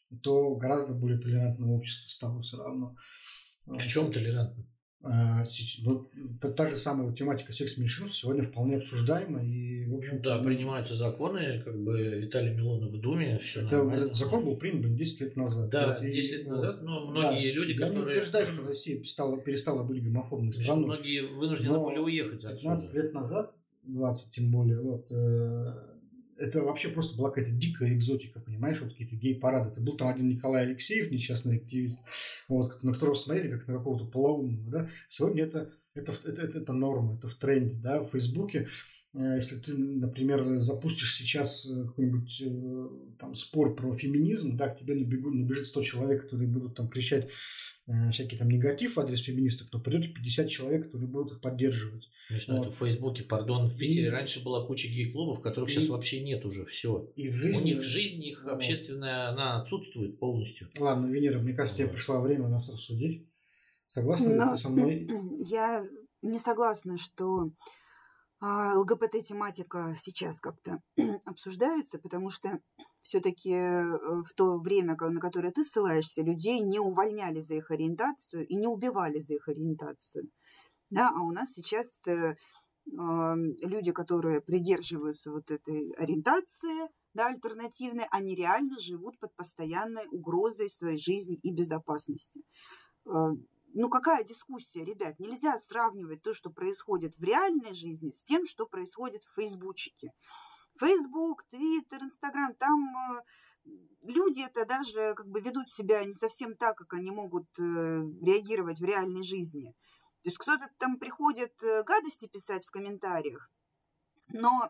то гораздо более толерантное общество стало все равно. В чем толерантно? Ну, та же самая тематика секс-меньшинств сегодня вполне обсуждаема. И, в общем, Да, принимаются законы, как бы Виталий Милонов в Думе, все нормально. Этот закон был принят 10 лет назад. Да, 10 лет назад, но многие люди, я которые... не утверждаю, что Россия перестала быть гомофобной страной. Многие вынуждены были уехать 15 отсюда. лет назад, 20 тем более, это вообще просто была какая-то дикая экзотика, понимаешь, вот какие-то гей-парады. Это был там один Николай Алексеев, несчастный активист, на которого смотрели как на какого-то полоумного, да. Сегодня это норма, это в тренде, да, в Фейсбуке. Если ты, например, запустишь сейчас какой-нибудь там спор про феминизм, да, к тебе набежит 100 человек, которые будут там кричать всякий там негатив в адрес феминисток, то придет 50 человек, которые будут их поддерживать. Конечно, это в Фейсбуке, пардон, в Питере раньше была куча гей-клубов, которых сейчас вообще нет уже, все. И в жизни, у них жизнь, их общественная, она отсутствует полностью. Ладно, Венера, мне кажется, тебе пришло время нас рассудить. Согласна ли ты со мной? Я не согласна, что ЛГБТ-тематика сейчас как-то обсуждается, потому что все-таки в то время, на которое ты ссылаешься, людей не увольняли за их ориентацию и не убивали за их ориентацию. Да, а у нас сейчас люди, которые придерживаются вот этой ориентации, да, альтернативной, они реально живут под постоянной угрозой своей жизни и безопасности. Ну, какая дискуссия, ребят? Нельзя сравнивать то, что происходит в реальной жизни, с тем, что происходит в фейсбучике. Фейсбук, Твиттер, Инстаграм, там люди это даже как бы ведут себя не совсем так, как они могут реагировать в реальной жизни. То есть кто-то там приходит гадости писать в комментариях, но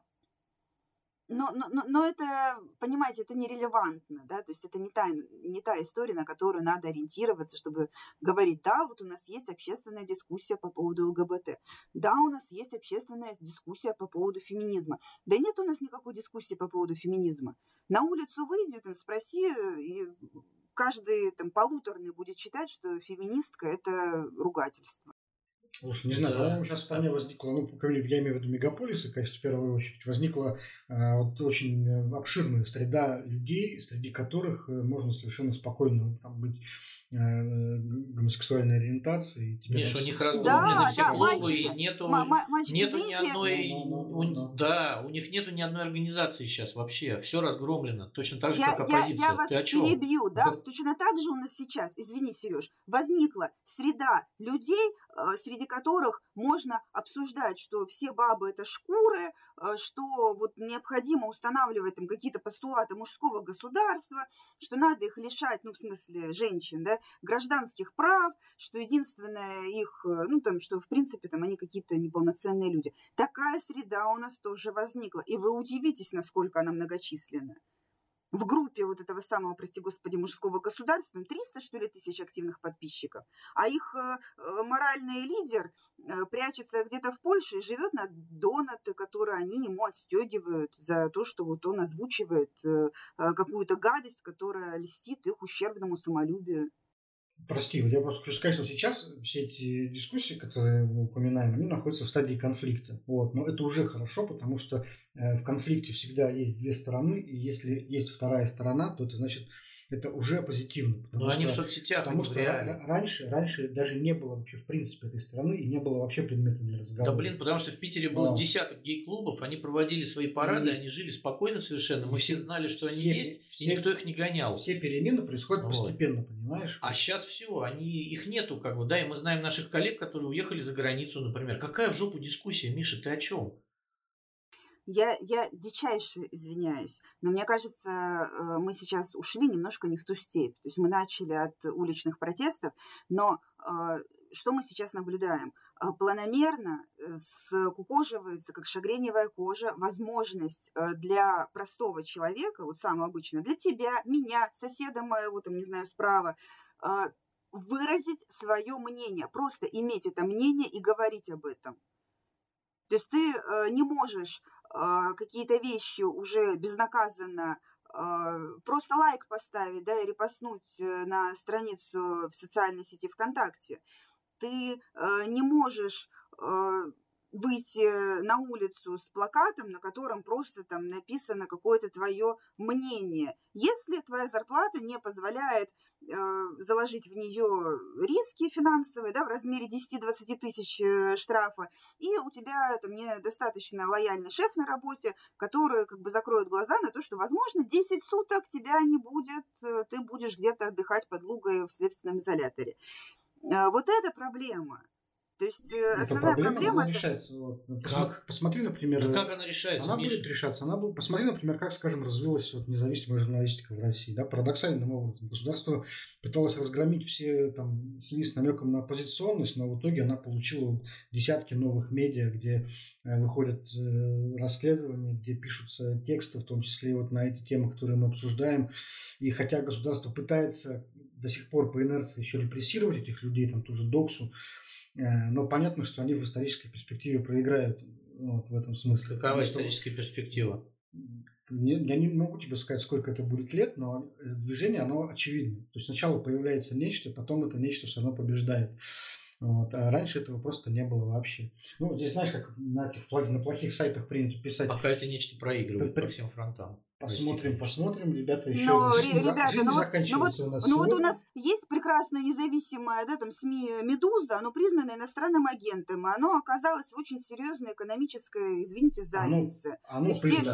это, понимаете, это нерелевантно, да, то есть это не та история, на которую надо ориентироваться, чтобы говорить, да, вот у нас есть общественная дискуссия по поводу ЛГБТ, да, у нас есть общественная дискуссия по поводу феминизма, да нет у нас никакой дискуссии по поводу феминизма. На улицу выйди, там, спроси, и каждый там полуторный будет считать, что феминистка – это ругательство. Слушай, не знаю, по-моему, сейчас в стране возникла, я имею в виду мегаполисы, конечно, в первую очередь, возникла вот очень обширная среда людей, среди которых можно совершенно спокойно там, быть гомосексуальной ориентации. Миша, у них разгромлены все клубы, и нету ни одной... у них нету ни одной организации сейчас вообще, все разгромлено, точно так же, как оппозиция. Я вас перебью, да? Точно так же у нас сейчас, извини, Сереж, возникла среда людей, среди которых можно обсуждать, что все бабы это шкуры, что вот необходимо устанавливать там какие-то постулаты мужского государства, что надо их лишать, ну в смысле женщин, да, гражданских прав, что единственное их, ну там, что в принципе там они какие-то неполноценные люди. Такая среда у нас тоже возникла, и вы удивитесь, насколько она многочисленна. В группе вот этого самого, прости господи, мужского государства, там 300, что ли, тысяч активных подписчиков, а их моральный лидер прячется где-то в Польше и живет на донаты, которые они ему отстегивают за то, что вот он озвучивает какую-то гадость, которая льстит их ущербному самолюбию. Прости, я просто хочу сказать, что сейчас все эти дискуссии, которые мы упоминаем, они находятся в стадии конфликта. Вот. Но это уже хорошо, потому что в конфликте всегда есть две стороны, и если есть вторая сторона, то это значит, это уже позитивно. Но они в соцсетях. Потому что раньше даже не было вообще в принципе этой стороны, и не было вообще предмета для разговора. Да блин, потому что в Питере было десяток гей-клубов, они проводили свои парады, они жили спокойно совершенно, мы все знали, что они есть, и никто их не гонял. Все перемены происходят постепенно, понимаешь? А сейчас все, их нету, как бы, да, и мы знаем наших коллег, которые уехали за границу, например. Какая в жопу дискуссия, Миша, ты о чем? Я дичайше извиняюсь, но мне кажется, мы сейчас ушли немножко не в ту степь. То есть мы начали от уличных протестов, но что мы сейчас наблюдаем? Планомерно скукоживается, как шагреневая кожа, возможность для простого человека, вот самого обычного, для тебя, меня, соседа моего, там, не знаю, справа, выразить свое мнение, просто иметь это мнение и говорить об этом. То есть ты не можешь какие-то вещи уже безнаказанно просто лайк поставить, да, и репостнуть на страницу в социальной сети ВКонтакте. Ты не можешь выйти на улицу с плакатом, на котором просто там написано какое-то твое мнение. Если твоя зарплата не позволяет заложить в нее риски финансовые, да, в размере 10-20 тысяч штрафа, и у тебя там недостаточно лояльный шеф на работе, который как бы закроет глаза на то, что, возможно, 10 суток тебя не будет, ты будешь где-то отдыхать под лугой в следственном изоляторе. Вот это проблема. То есть основная проблема она решается. Вот. Посмотри, например... Да как она решается, Она будет решаться. Посмотри, например, как, скажем, развилась вот независимая журналистика в России. Да? Парадоксальным образом. Государство пыталось разгромить все там, СМИ с намеком на оппозиционность, но в итоге она получила вот десятки новых медиа, где выходят расследования, где пишутся тексты, в том числе вот на эти темы, которые мы обсуждаем. И хотя государство пытается до сих пор по инерции еще репрессировать этих людей, там ту же Доксу, но понятно, что они в исторической перспективе проиграют вот, в этом смысле. Какова историческая перспектива? Я не могу тебе сказать, сколько это будет лет, но движение, оно очевидно. То есть сначала появляется нечто, потом это нечто все равно побеждает. Вот. А раньше этого просто не было вообще. Ну, здесь, знаешь, как на плохих сайтах принято писать. Пока это нечто проигрывает по всем фронтам. Посмотрим, ребята, еще заканчивается у нас. Ну вот у нас есть прекрасная независимая, да, там СМИ «Медуза», оно признано иностранным агентом, и оно оказалось в очень серьезной экономической, извините, заднице. И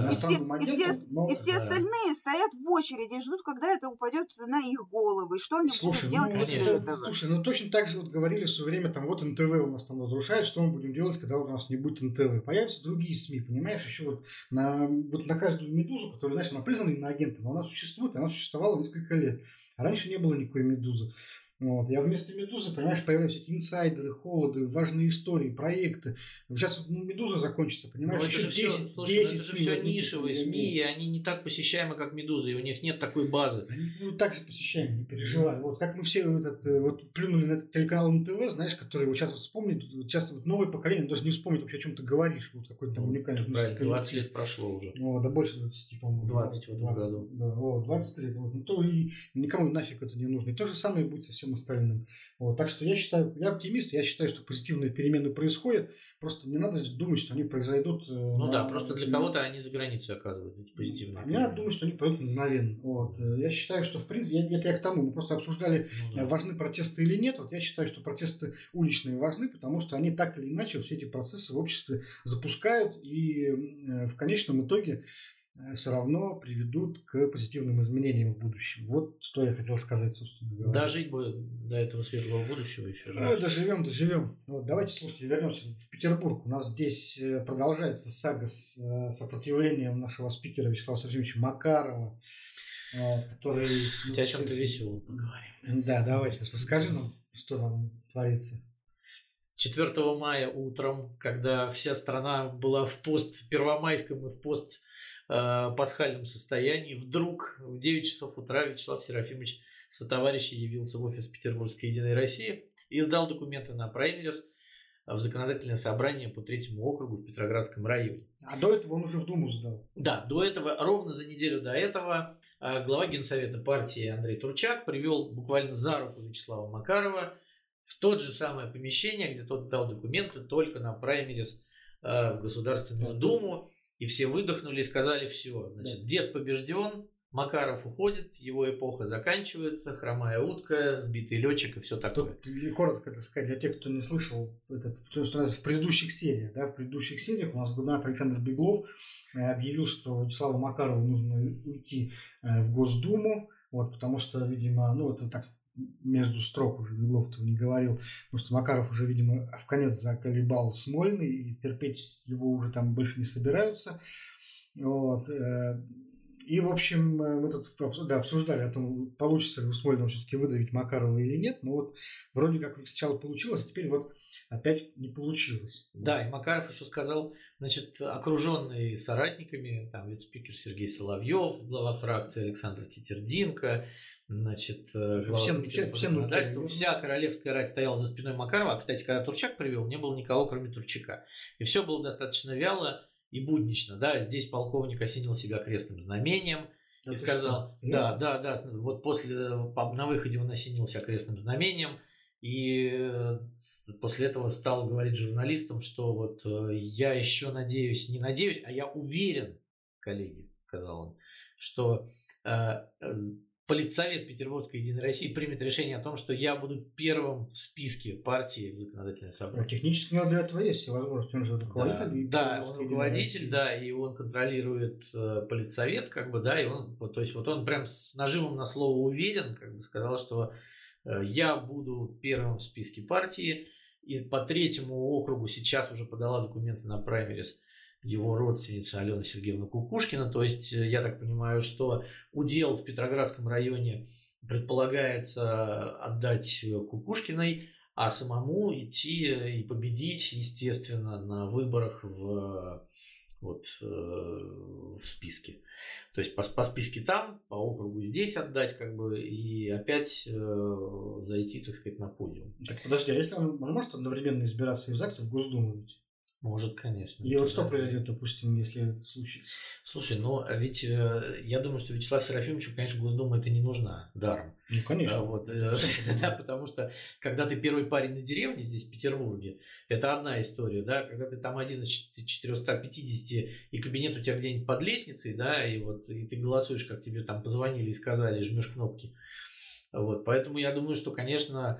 все остальные стоят в очереди и ждут, когда это упадет на их головы, и что они будут делать после этого. Слушай, ну точно так же вот говорили все время, там вот НТВ у нас там разрушает, что мы будем делать, когда у нас не будет НТВ. Появятся другие СМИ, понимаешь, еще вот на каждую «Медузу», которая, знаешь, она признана иноагентом, она существует, она существовала несколько лет. А раньше не было никакой «Медузы». Вот. Я вместо «Медузы», понимаешь, появляются эти инсайдеры, холоды, важные истории, проекты. Сейчас «Медуза» закончится, понимаешь? Но это же все нишевые СМИ, и они не так посещаемы, как «Медуза», и у них нет такой базы. Они будут так же посещаемы, не переживай. Вот как мы все плюнули на этот телеканал НТВ, знаешь, который вот сейчас вот вспомнит, часто вот новое поколение даже не вспомнит вообще, о чем ты говоришь. Вот какой-то там уникальный. Правильно, 20 лет прошло уже. Да больше 20, по-моему. 20 в этом году. Да, 20 лет. Вот. Ну, то и никому нафиг это не нужно. И то же самое будет со всем остальным. Вот. Так что я оптимист, я считаю, что позитивные перемены происходят. Просто не надо думать, что они произойдут. Просто для кого-то они за границей оказывают эти позитивные перемены. Я думаю, что они пойдут мгновенно. Вот. Я считаю, что в принципе, я к тому, мы просто обсуждали, важны протесты или нет. Вот я считаю, что протесты уличные важны, потому что они так или иначе все эти процессы в обществе запускают и в конечном итоге все равно приведут к позитивным изменениям в будущем. Вот что я хотел сказать, собственно говоря. Дожить бы до этого светлого будущего еще. Доживем. Вот, давайте, слушайте, вернемся в Петербург. У нас здесь продолжается сага с сопротивлением нашего спикера Вячеслава Сергеевича Макарова, который... Хотя о чем-то веселом поговорим. Да, давайте. Скажи нам, что там творится. 4 мая утром, когда вся страна была в первомайском и в пасхальном состоянии, вдруг в 9 часов утра Вячеслав Серафимович сотоварищи явился в офис Петербургской Единой России и сдал документы на праймерис в законодательное собрание по 3-му округу в Петроградском районе. А до этого он уже в Думу сдал. Да, до этого, ровно за неделю до этого, глава Генсовета партии Андрей Турчак привел буквально за руку Вячеслава Макарова в то же самое помещение, где тот сдал документы, только на праймерис в Государственную Думу. И все выдохнули и сказали: все, значит, дед побежден, Макаров уходит, его эпоха заканчивается, хромая утка, сбитый летчик и все такое. Тут коротко, так сказать, для тех, кто не слышал, потому что у нас в предыдущих сериях у нас губернатор Александр Беглов объявил, что Вячеславу Макарову нужно уйти в Госдуму, вот, потому что, видимо, это так между строк уже Беглов этого не говорил, потому что Макаров уже, видимо, в конец заколебал Смольный, и терпеть его уже там больше не собираются. Вот. И, в общем, мы тут обсуждали о том, получится ли у Смольного все-таки выдавить Макарова или нет. Но вот вроде как сначала получилось, а теперь вот опять не получилось. Да, и Макаров еще сказал, значит, окруженный соратниками, там вице-спикер Сергей Соловьев, глава фракции Александр Тетердинко, значит, вся королевская рать стояла за спиной Макарова. А, кстати, когда Турчак привел, не было никого, кроме Турчака. И все было достаточно вяло и буднично. Да, здесь полковник осенил себя крестным знамением и сказал, да, вот на выходе он осенился крестным знамением И после этого стал говорить журналистам, что вот я еще надеюсь, не надеюсь, а я уверен, коллеги, сказал он, что Политсовет Петербургской Единой России примет решение о том, что я буду первым в списке партии в законодательное собрание. Технически для этого есть все возможности. Он же руководитель. Да, он руководитель, да, и он контролирует Политсовет, как бы, да, и он, то есть вот он прям с нажимом на слово уверен, как бы сказал, что я буду первым в списке партии, и по 3-му округу сейчас уже подала документы на праймерис его родственница Алена Сергеевна Кукушкина. То есть я так понимаю, что удел в Петроградском районе предполагается отдать Кукушкиной, а самому идти и победить, естественно, на выборах в списке. То есть по списке там, по округу здесь отдать, как бы, и опять зайти, так сказать, на подиум. Так подожди, а если он может одновременно избираться и в ЗАГС, и в Госдуму ведь? Может, конечно. И вот что произойдет, допустим, если это случится? Слушай, ну ведь я думаю, что Вячеславу Серафимовичу, конечно, Госдума это не нужна даром. Ну, конечно. Да, потому что когда ты первый парень на деревне здесь, в Петербурге, это одна история, да, когда ты там один из 450, и кабинет у тебя где-нибудь под лестницей, да, и ты голосуешь, как тебе там позвонили и сказали, и жмешь кнопки. Поэтому я думаю, что, конечно,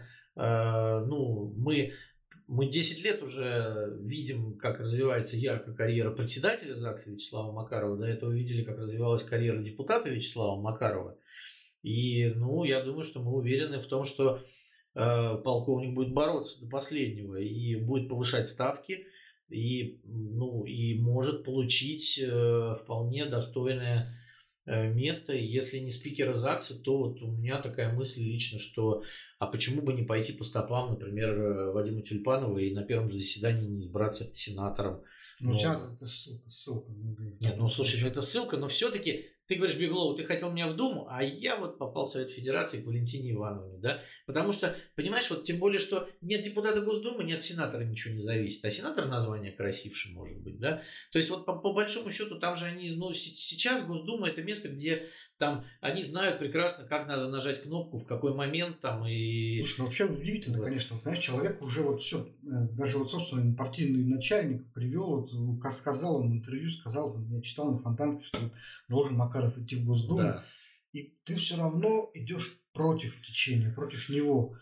мы 10 лет уже видим, как развивается ярко карьера председателя ЗАГСа Вячеслава Макарова. До этого видели, как развивалась карьера депутата Вячеслава Макарова. И, я думаю, что мы уверены в том, что полковник будет бороться до последнего и будет повышать ставки, и может получить вполне достойное место. И если не спикера ЗАГСа, то у меня такая мысль лично, что а почему бы не пойти по стопам, например, Вадима Тюльпанова и на первом же заседании не избраться сенатором. Это ссылка. Нет, слушай, это ссылка, но все-таки ты говоришь, Беглову, ты хотел меня в Думу, а я попал в Совет Федерации к Валентине Ивановне, да? Потому что, понимаешь, тем более, что ни от депутата Госдумы, ни от сенатора ничего не зависит. А сенатор название красивше может быть, да? То есть по большому счету там же они, сейчас Госдума это место, где там они знают прекрасно, как надо нажать кнопку, в какой момент там и... Слушай, вообще удивительно, конечно. Понимаешь, человек уже все, даже собственно, партийный начальник привел, сказал он в интервью, я читал на Фонтанке, что должен Макаров идти в Госдуму, да. И ты все равно идешь против течения, против него.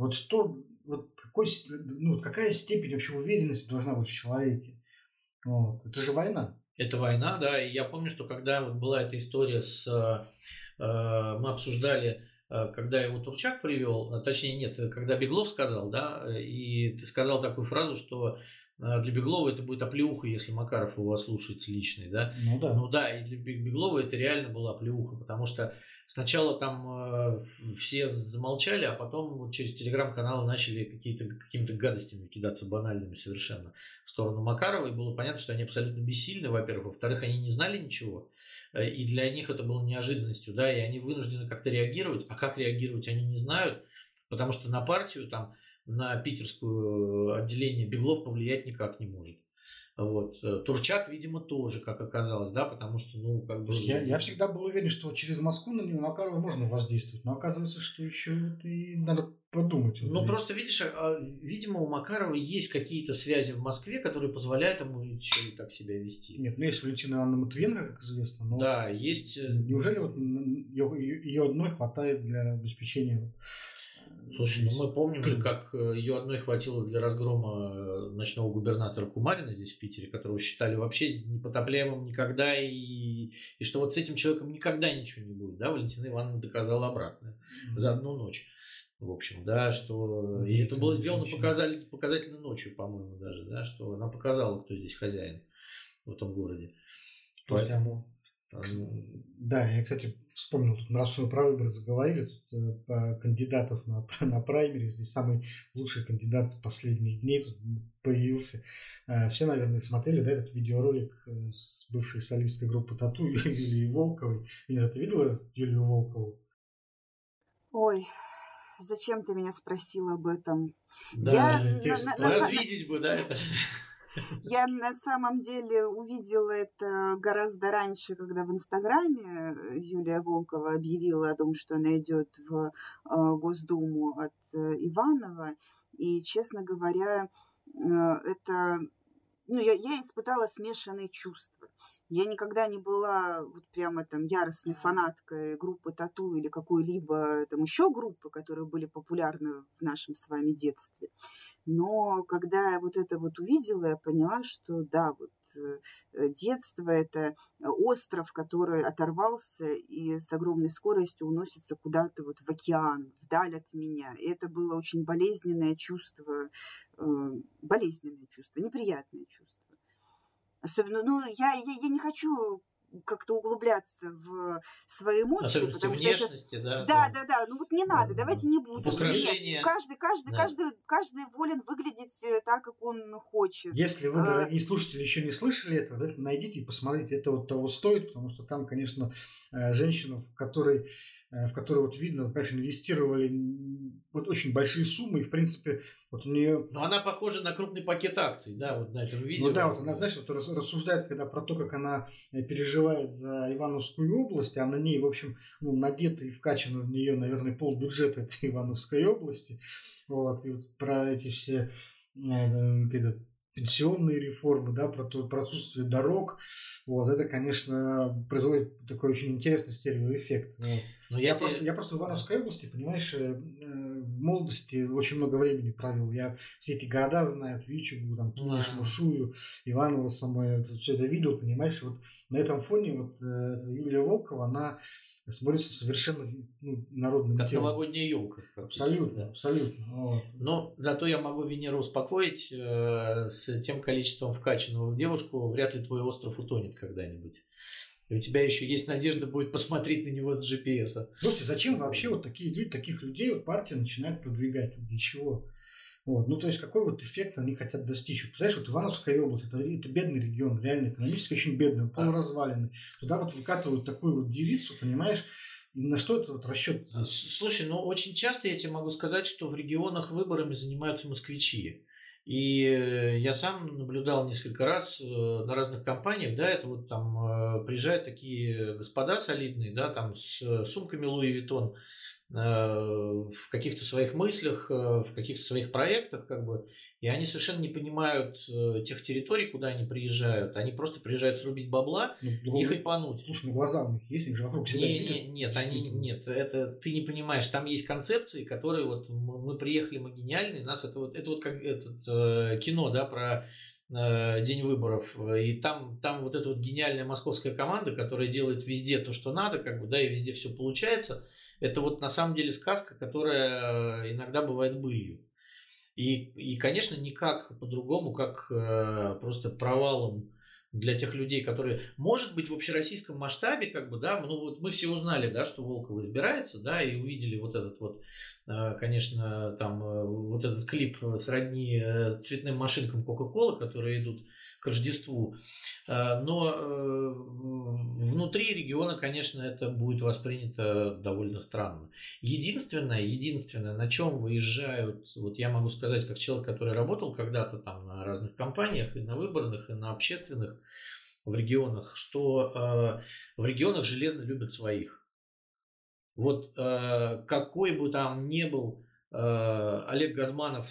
Какая степень вообще уверенности должна быть в человеке? Это же война. Это война, да, и я помню, что когда была эта история мы обсуждали, когда его Турчак привел, точнее нет, когда Беглов сказал, да, и ты сказал такую фразу, что для Беглова это будет оплеуха, если Макаров его ослушается личный, да? Ну да. И для Беглова это реально была оплеуха, потому что сначала там все замолчали, а потом через телеграм-каналы начали какими-то гадостями кидаться, банальными совершенно, в сторону Макарова, и было понятно, что они абсолютно бессильны, во-первых, во-вторых, они не знали ничего, и для них это было неожиданностью, да, и они вынуждены как-то реагировать, а как реагировать они не знают, потому что на партию там, на питерскую отделение Беглов повлиять никак не может. Турчак, видимо, тоже, как оказалось, да, потому что, Я всегда был уверен, что через Москву на Макарова можно воздействовать, но оказывается, что еще и надо подумать. Просто, видишь, видимо, у Макарова есть какие-то связи в Москве, которые позволяют ему еще и так себя вести. Нет, есть Валентина Ивановна Матвиенко, как известно. Но да, есть... Неужели ее одной хватает для обеспечения... Слушай, мы помним же, как ее одной хватило для разгрома ночного губернатора Кумарина здесь, в Питере, которого считали вообще непотопляемым никогда, и что с этим человеком никогда ничего не будет. Да? Валентина Ивановна доказала обратное за одну ночь. В общем, да, что... И это было сделано показательно ночью, по-моему, даже, да, что она показала, кто здесь хозяин в этом городе. Поэтому... Да, я, кстати, вспомнил, раз мы про выборы заговорили, про кандидатов на праймере, здесь самый лучший кандидат последних дней тут появился. Все, наверное, смотрели, да, этот видеоролик с бывшей солисткой группы Тату Юлией Волковой. Инна, ты видела Юлию Волкову? Ой, зачем ты меня спросил об этом? Да, развидеть бы, да, это... Я на самом деле увидела это гораздо раньше, когда в Инстаграме Юлия Волкова объявила о том, что она идет в Госдуму от Иванова. И, честно говоря, это... Ну, я испытала смешанные чувства. Я никогда не была вот прямо там яростной фанаткой группы Тату или какой-либо там еще группы, которые были популярны в нашем с вами детстве. Но когда я вот это вот увидела, я поняла, что да, вот детство – это остров, который оторвался и с огромной скоростью уносится куда-то вот в океан, вдаль от меня. И это было очень болезненное чувство, неприятное чувство. Особенно, ну, я не хочу как-то углубляться в свои эмоции, особенности потому что я сейчас... внешности, да. Да, ну вот не надо, давайте не будем. Украшения. Нет, каждый волен выглядеть так, как он хочет. Если вы, дорогие слушатели, еще не слышали этого, обязательно найдите и посмотрите, это вот того стоит, потому что там, конечно, женщина, в которой вот видно, конечно, инвестировали вот очень большие суммы, и, в принципе, вот у нее... Но она похожа на крупный пакет акций, да, вот на этом видео. Ну да, вот она, знаешь, вот рассуждает, когда про то, как она переживает за Ивановскую область, а на ней, в общем, ну, надето и вкачано в нее, наверное, полбюджета этой Ивановской области. Вот, и вот про эти все пенсионные реформы, да, про отсутствие дорог. Вот, это, конечно, производит такой очень интересный стереоэффект. Вот. Но Я просто в Ивановской области, понимаешь, в молодости очень много времени провел. Я все эти города знаю, Вичугу, там, Кинеш, Мушую, Иваново самое, все это видел, понимаешь. Вот на этом фоне вот Юлия Волкова, она смотрится совершенно народным как телом. новогодняя елка. Абсолютно, да. Абсолютно. Вот. Но зато я могу Венеру успокоить, с тем количеством вкачанного в девушку вряд ли твой остров утонет когда-нибудь. И у тебя еще есть надежда будет посмотреть на него с GPS. Слушайте, зачем вообще вот таких людей вот партия начинает продвигать? Для чего? Вот. Ну, то есть, какой вот эффект они хотят достичь? Вот, представляешь, вот Ивановская область, это бедный регион, реально экономически очень бедный, полуразваленный. Туда вот выкатывают такую вот девицу, понимаешь, и на что это вот расчет? Слушай, ну, очень часто я тебе могу сказать, что в регионах выборами занимаются москвичи. И я сам наблюдал несколько раз на разных компаниях, да, это вот там приезжают такие господа солидные, да, там с сумками Луи Виттон, в каких-то своих мыслих, в каких-то своих проектах, как бы, и они совершенно не понимают тех территорий, куда они приезжают. Они просто приезжают срубить бабла и хайпануть. Слушай, ну глаза у них есть, их же вокруг себя нет, это ты не понимаешь. Там есть концепции, которые вот мы приехали, мы гениальные, нас это вот как кино, да, про день выборов, и там вот эта вот гениальная московская команда, которая делает везде то, что надо, как бы, да, и везде все получается. Это вот на самом деле сказка, которая иногда бывает былью. И конечно, никак по-другому, как просто провалом для тех людей, которые, может быть, в общероссийском масштабе, как бы, да, ну вот мы все узнали, да, что Волкова избирается, да, и увидели вот этот вот, конечно, там вот этот клип сродни цветным машинкам Кока-Колы, которые идут к Рождеству. Но внутри региона, конечно, это будет воспринято довольно странно. Единственное, на чем выезжают, вот я могу сказать, как человек, который работал когда-то там на разных компаниях, и на выборных, и на общественных в регионах, что в регионах железно любят своих. Вот какой бы там ни был Олег Газманов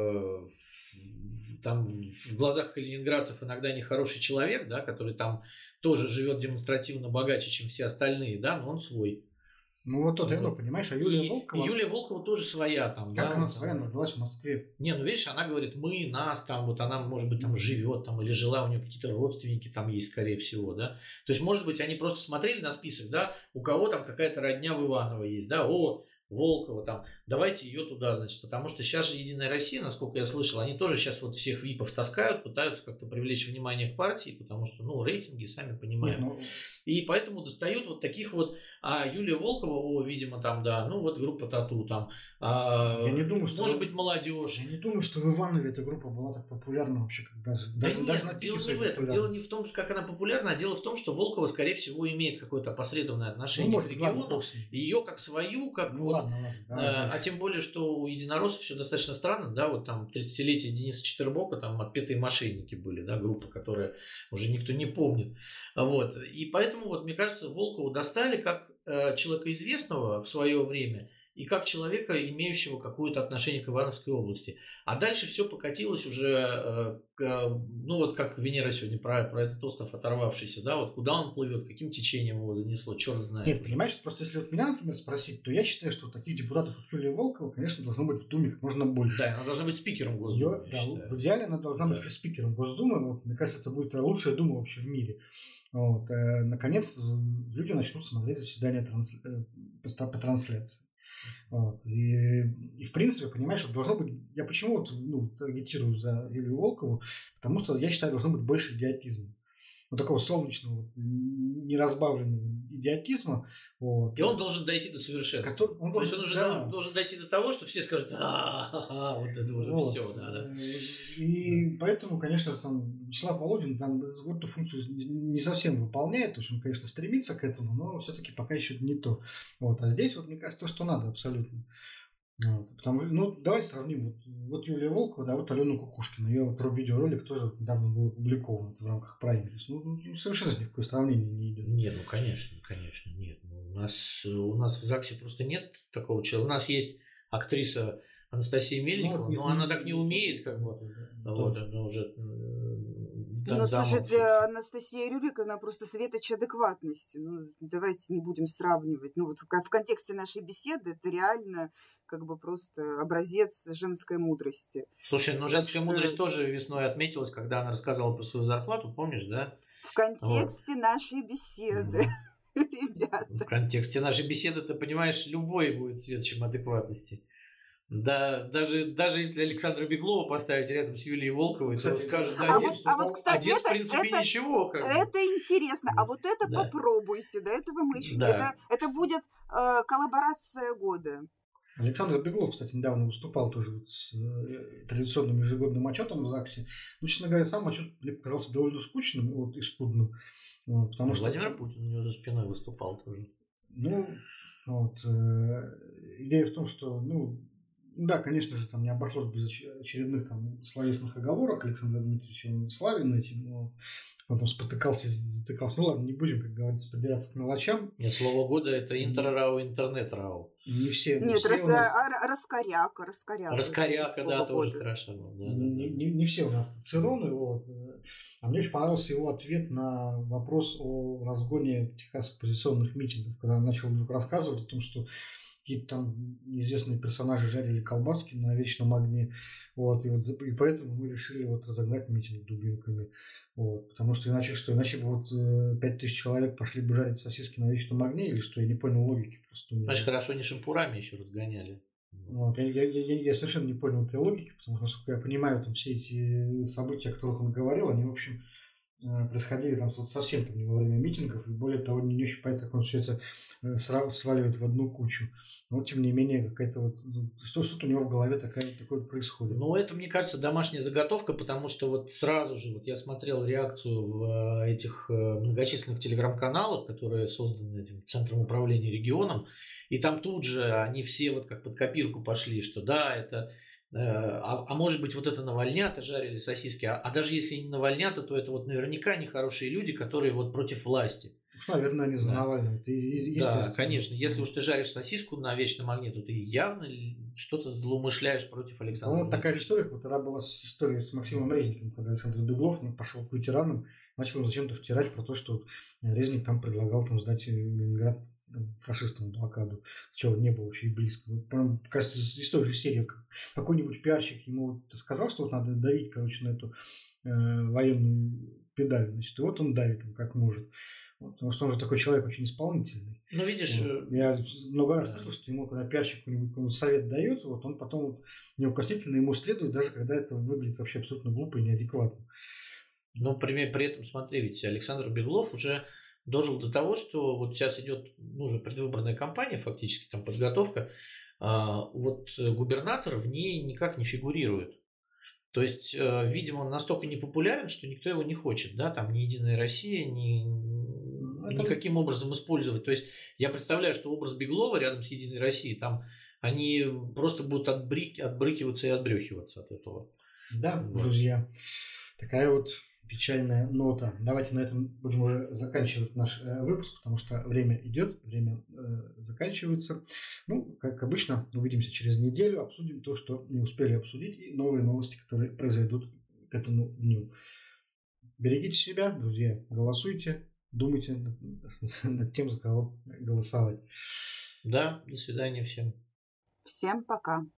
там в глазах калининградцев иногда нехороший человек, да, который там тоже живет демонстративно богаче, чем все остальные, да, но он свой. Ну вот это, ну, понимаешь, а Юлия Волкова... Юлия Волкова тоже своя там. Как да, она своя, она родилась в Москве. Не, ну видишь, она говорит, мы, нас, там, вот она, может быть, там живет, там, или жила, у нее какие-то родственники там есть, скорее всего, да. То есть, может быть, они просто смотрели на список, да, у кого там какая-то родня в Иваново есть, да, Волкова там, давайте ее туда, значит, потому что сейчас же Единая Россия, насколько я слышал, они тоже сейчас вот всех ВИПов таскают, пытаются как-то привлечь внимание к партии, потому что, ну, рейтинги, сами понимаем. Нет, ну... И поэтому достают вот таких вот, а Юлия Волкова, видимо, там, да, ну, вот группа Тату там, я не думаю, что может быть, молодежь. Я не думаю, что в Иванове эта группа была так популярна вообще, как даже нет, на дело не в этом, дело не в том, как она популярна, а дело в том, что Волкова, скорее всего, имеет какое-то опосредованное отношение к региону, и ее как свою, как вот ладно. А тем более, что у единороссов все достаточно странно, да, вот там 30-летие Дениса Четвербока, там отпетые мошенники были, да, группа, которая уже никто не помнит. Вот. И поэтому, вот, мне кажется, Волкову достали как человека известного в свое время и как человека, имеющего какое-то отношение к Ивановской области. А дальше все покатилось уже, ну вот как Венера сегодня про этот остров оторвавшийся, да, вот куда он плывет, каким течением его занесло, черт знает. Нет, понимаешь, просто если вот меня, например, спросить, то я считаю, что таких депутатов, как Юлия Волкова, конечно, должно быть в Думе как можно больше. Да, она должна быть спикером Госдумы. В идеале она должна быть спикером Госдумы. Вот, мне кажется, это будет лучшая Дума вообще в мире. Вот. Наконец, люди начнут смотреть заседания по трансляции. Вот. И в принципе, понимаешь, вот должно быть... Я почему агитирую за Юлию Волкову? Потому что я считаю, должно быть больше идиотизма. Вот такого солнечного, неразбавленного идиотизма. Вот. И он должен дойти до совершенства. Он должен дойти до того, что все скажут, вот это уже все. Да. И поэтому, конечно, там Вячеслав Володин там эту функцию не совсем выполняет. То есть он, конечно, стремится к этому, но все-таки пока еще не то. Вот. А здесь, вот, мне кажется, то, что надо абсолютно. Вот, давайте сравним. Вот Юлия Волкова, да, вот Алена Кукушкина. Ее видеоролик тоже недавно был опубликован в рамках праймерис. Совершенно ни в какое сравнение не идет. Нет, конечно, нет. У нас в ЗАГСе просто нет такого человека. У нас есть актриса Анастасия Мельникова, но она так не умеет, как бы. Вот, она уже... слушайте, Анастасия Рюриковна просто светоч адекватности. Давайте не будем сравнивать. Вот в контексте нашей беседы это реально как бы просто образец женской мудрости. Слушай, женская мудрость тоже весной отметилась, когда она рассказывала про свою зарплату, помнишь, да? В контексте нашей беседы, ребята. В контексте нашей беседы, ты понимаешь, любой будет светочем адекватности. Да, даже если Александра Беглова поставить рядом с Юлией Волковой, то скажут, кстати, в принципе, ничего. Это интересно. А вот это попробуйте. До этого мы еще... Это будет коллаборация года. Александр Беглов, кстати, недавно выступал тоже с традиционным ежегодным отчетом в ЗАГСе. Честно говоря, сам отчет мне показался довольно скучным и скудным. Потому что Владимир Путин у него за спиной выступал тоже. Идея в том, что, да, конечно же, там не обошлось без очередных там словесных оговорок. Александр Дмитриевич, он славен этим. Он там спотыкался, затыкался. Ладно, не будем, как говорится, придираться к мелочам. Нет, слово года – это интер-рау, интернет-рау. Не все. Нет, раскоряка. Раскоряка, да, тоже хорошо. Не все у нас цицероны. А мне очень понравился его ответ на вопрос о разгоне техасских оппозиционных митингов, когда он начал вдруг рассказывать о том, что какие-то там неизвестные персонажи жарили колбаски на вечном огне. И поэтому мы решили разогнать митинг дубинками. Потому что иначе бы 5000 человек пошли бы жарить сосиски на вечном огне, или что, я не понял логики просто. Значит, хорошо, не шампурами еще разгоняли. Я совершенно не понял этой логики, потому что, насколько я понимаю, там все эти события, о которых он говорил, они, в общем, происходили там совсем не во время митингов, и более того, не очень понятно, как он все это сваливает в одну кучу. Но, тем не менее, какая-то что-то у него в голове такое происходит. Это, мне кажется, домашняя заготовка, потому что сразу же я смотрел реакцию в этих многочисленных телеграм-каналах, которые созданы этим Центром управления регионом, и там тут же они все как под копирку пошли, что да, это... А может быть, это навальнята жарили сосиски, а даже если не навальнята, то это наверняка нехорошие люди, которые против власти. Наверное, они за Навального. Да, конечно. Если уж ты жаришь сосиску на вечном огне, то ты явно что-то злоумышляешь против Александра. Такая же история, тогда была история с Максимом Резником, когда Александр Беглов пошел к ветеранам, начал им зачем-то втирать про то, что Резник там предлагал сдать Ленинград фашистам блокаду, чего не было вообще и близко. Кажется, из той же серии какой-нибудь пиарщик ему сказал, что надо давить, на эту военную педаль. Значит, и он давит как может. Потому что он же такой человек очень исполнительный. Видишь... Я много раз слышал, что ему, когда пиарщик какой-нибудь совет дает, он потом неукоснительно ему следует, даже когда это выглядит вообще абсолютно глупо и неадекватно. При этом, смотри, ведь Александр Беглов уже дожил до того, что сейчас идет уже предвыборная кампания, фактически там подготовка, губернатор в ней никак не фигурирует. То есть, видимо, он настолько непопулярен, что никто его не хочет, да, там ни Единая Россия, ни никаким образом использовать. То есть я представляю, что образ Беглова рядом с Единой Россией, там они просто будут отбрыкиваться и отбрехиваться от этого. Да, Вот. друзья, такая вот печальная нота. Давайте на этом будем уже заканчивать наш выпуск, потому что время идет, время заканчивается. Ну, как обычно, увидимся через неделю, обсудим то, что не успели обсудить, и новые новости, которые произойдут к этому дню. Берегите себя, друзья, голосуйте, думайте над тем, за кого голосовать. Да, до свидания всем. Всем пока.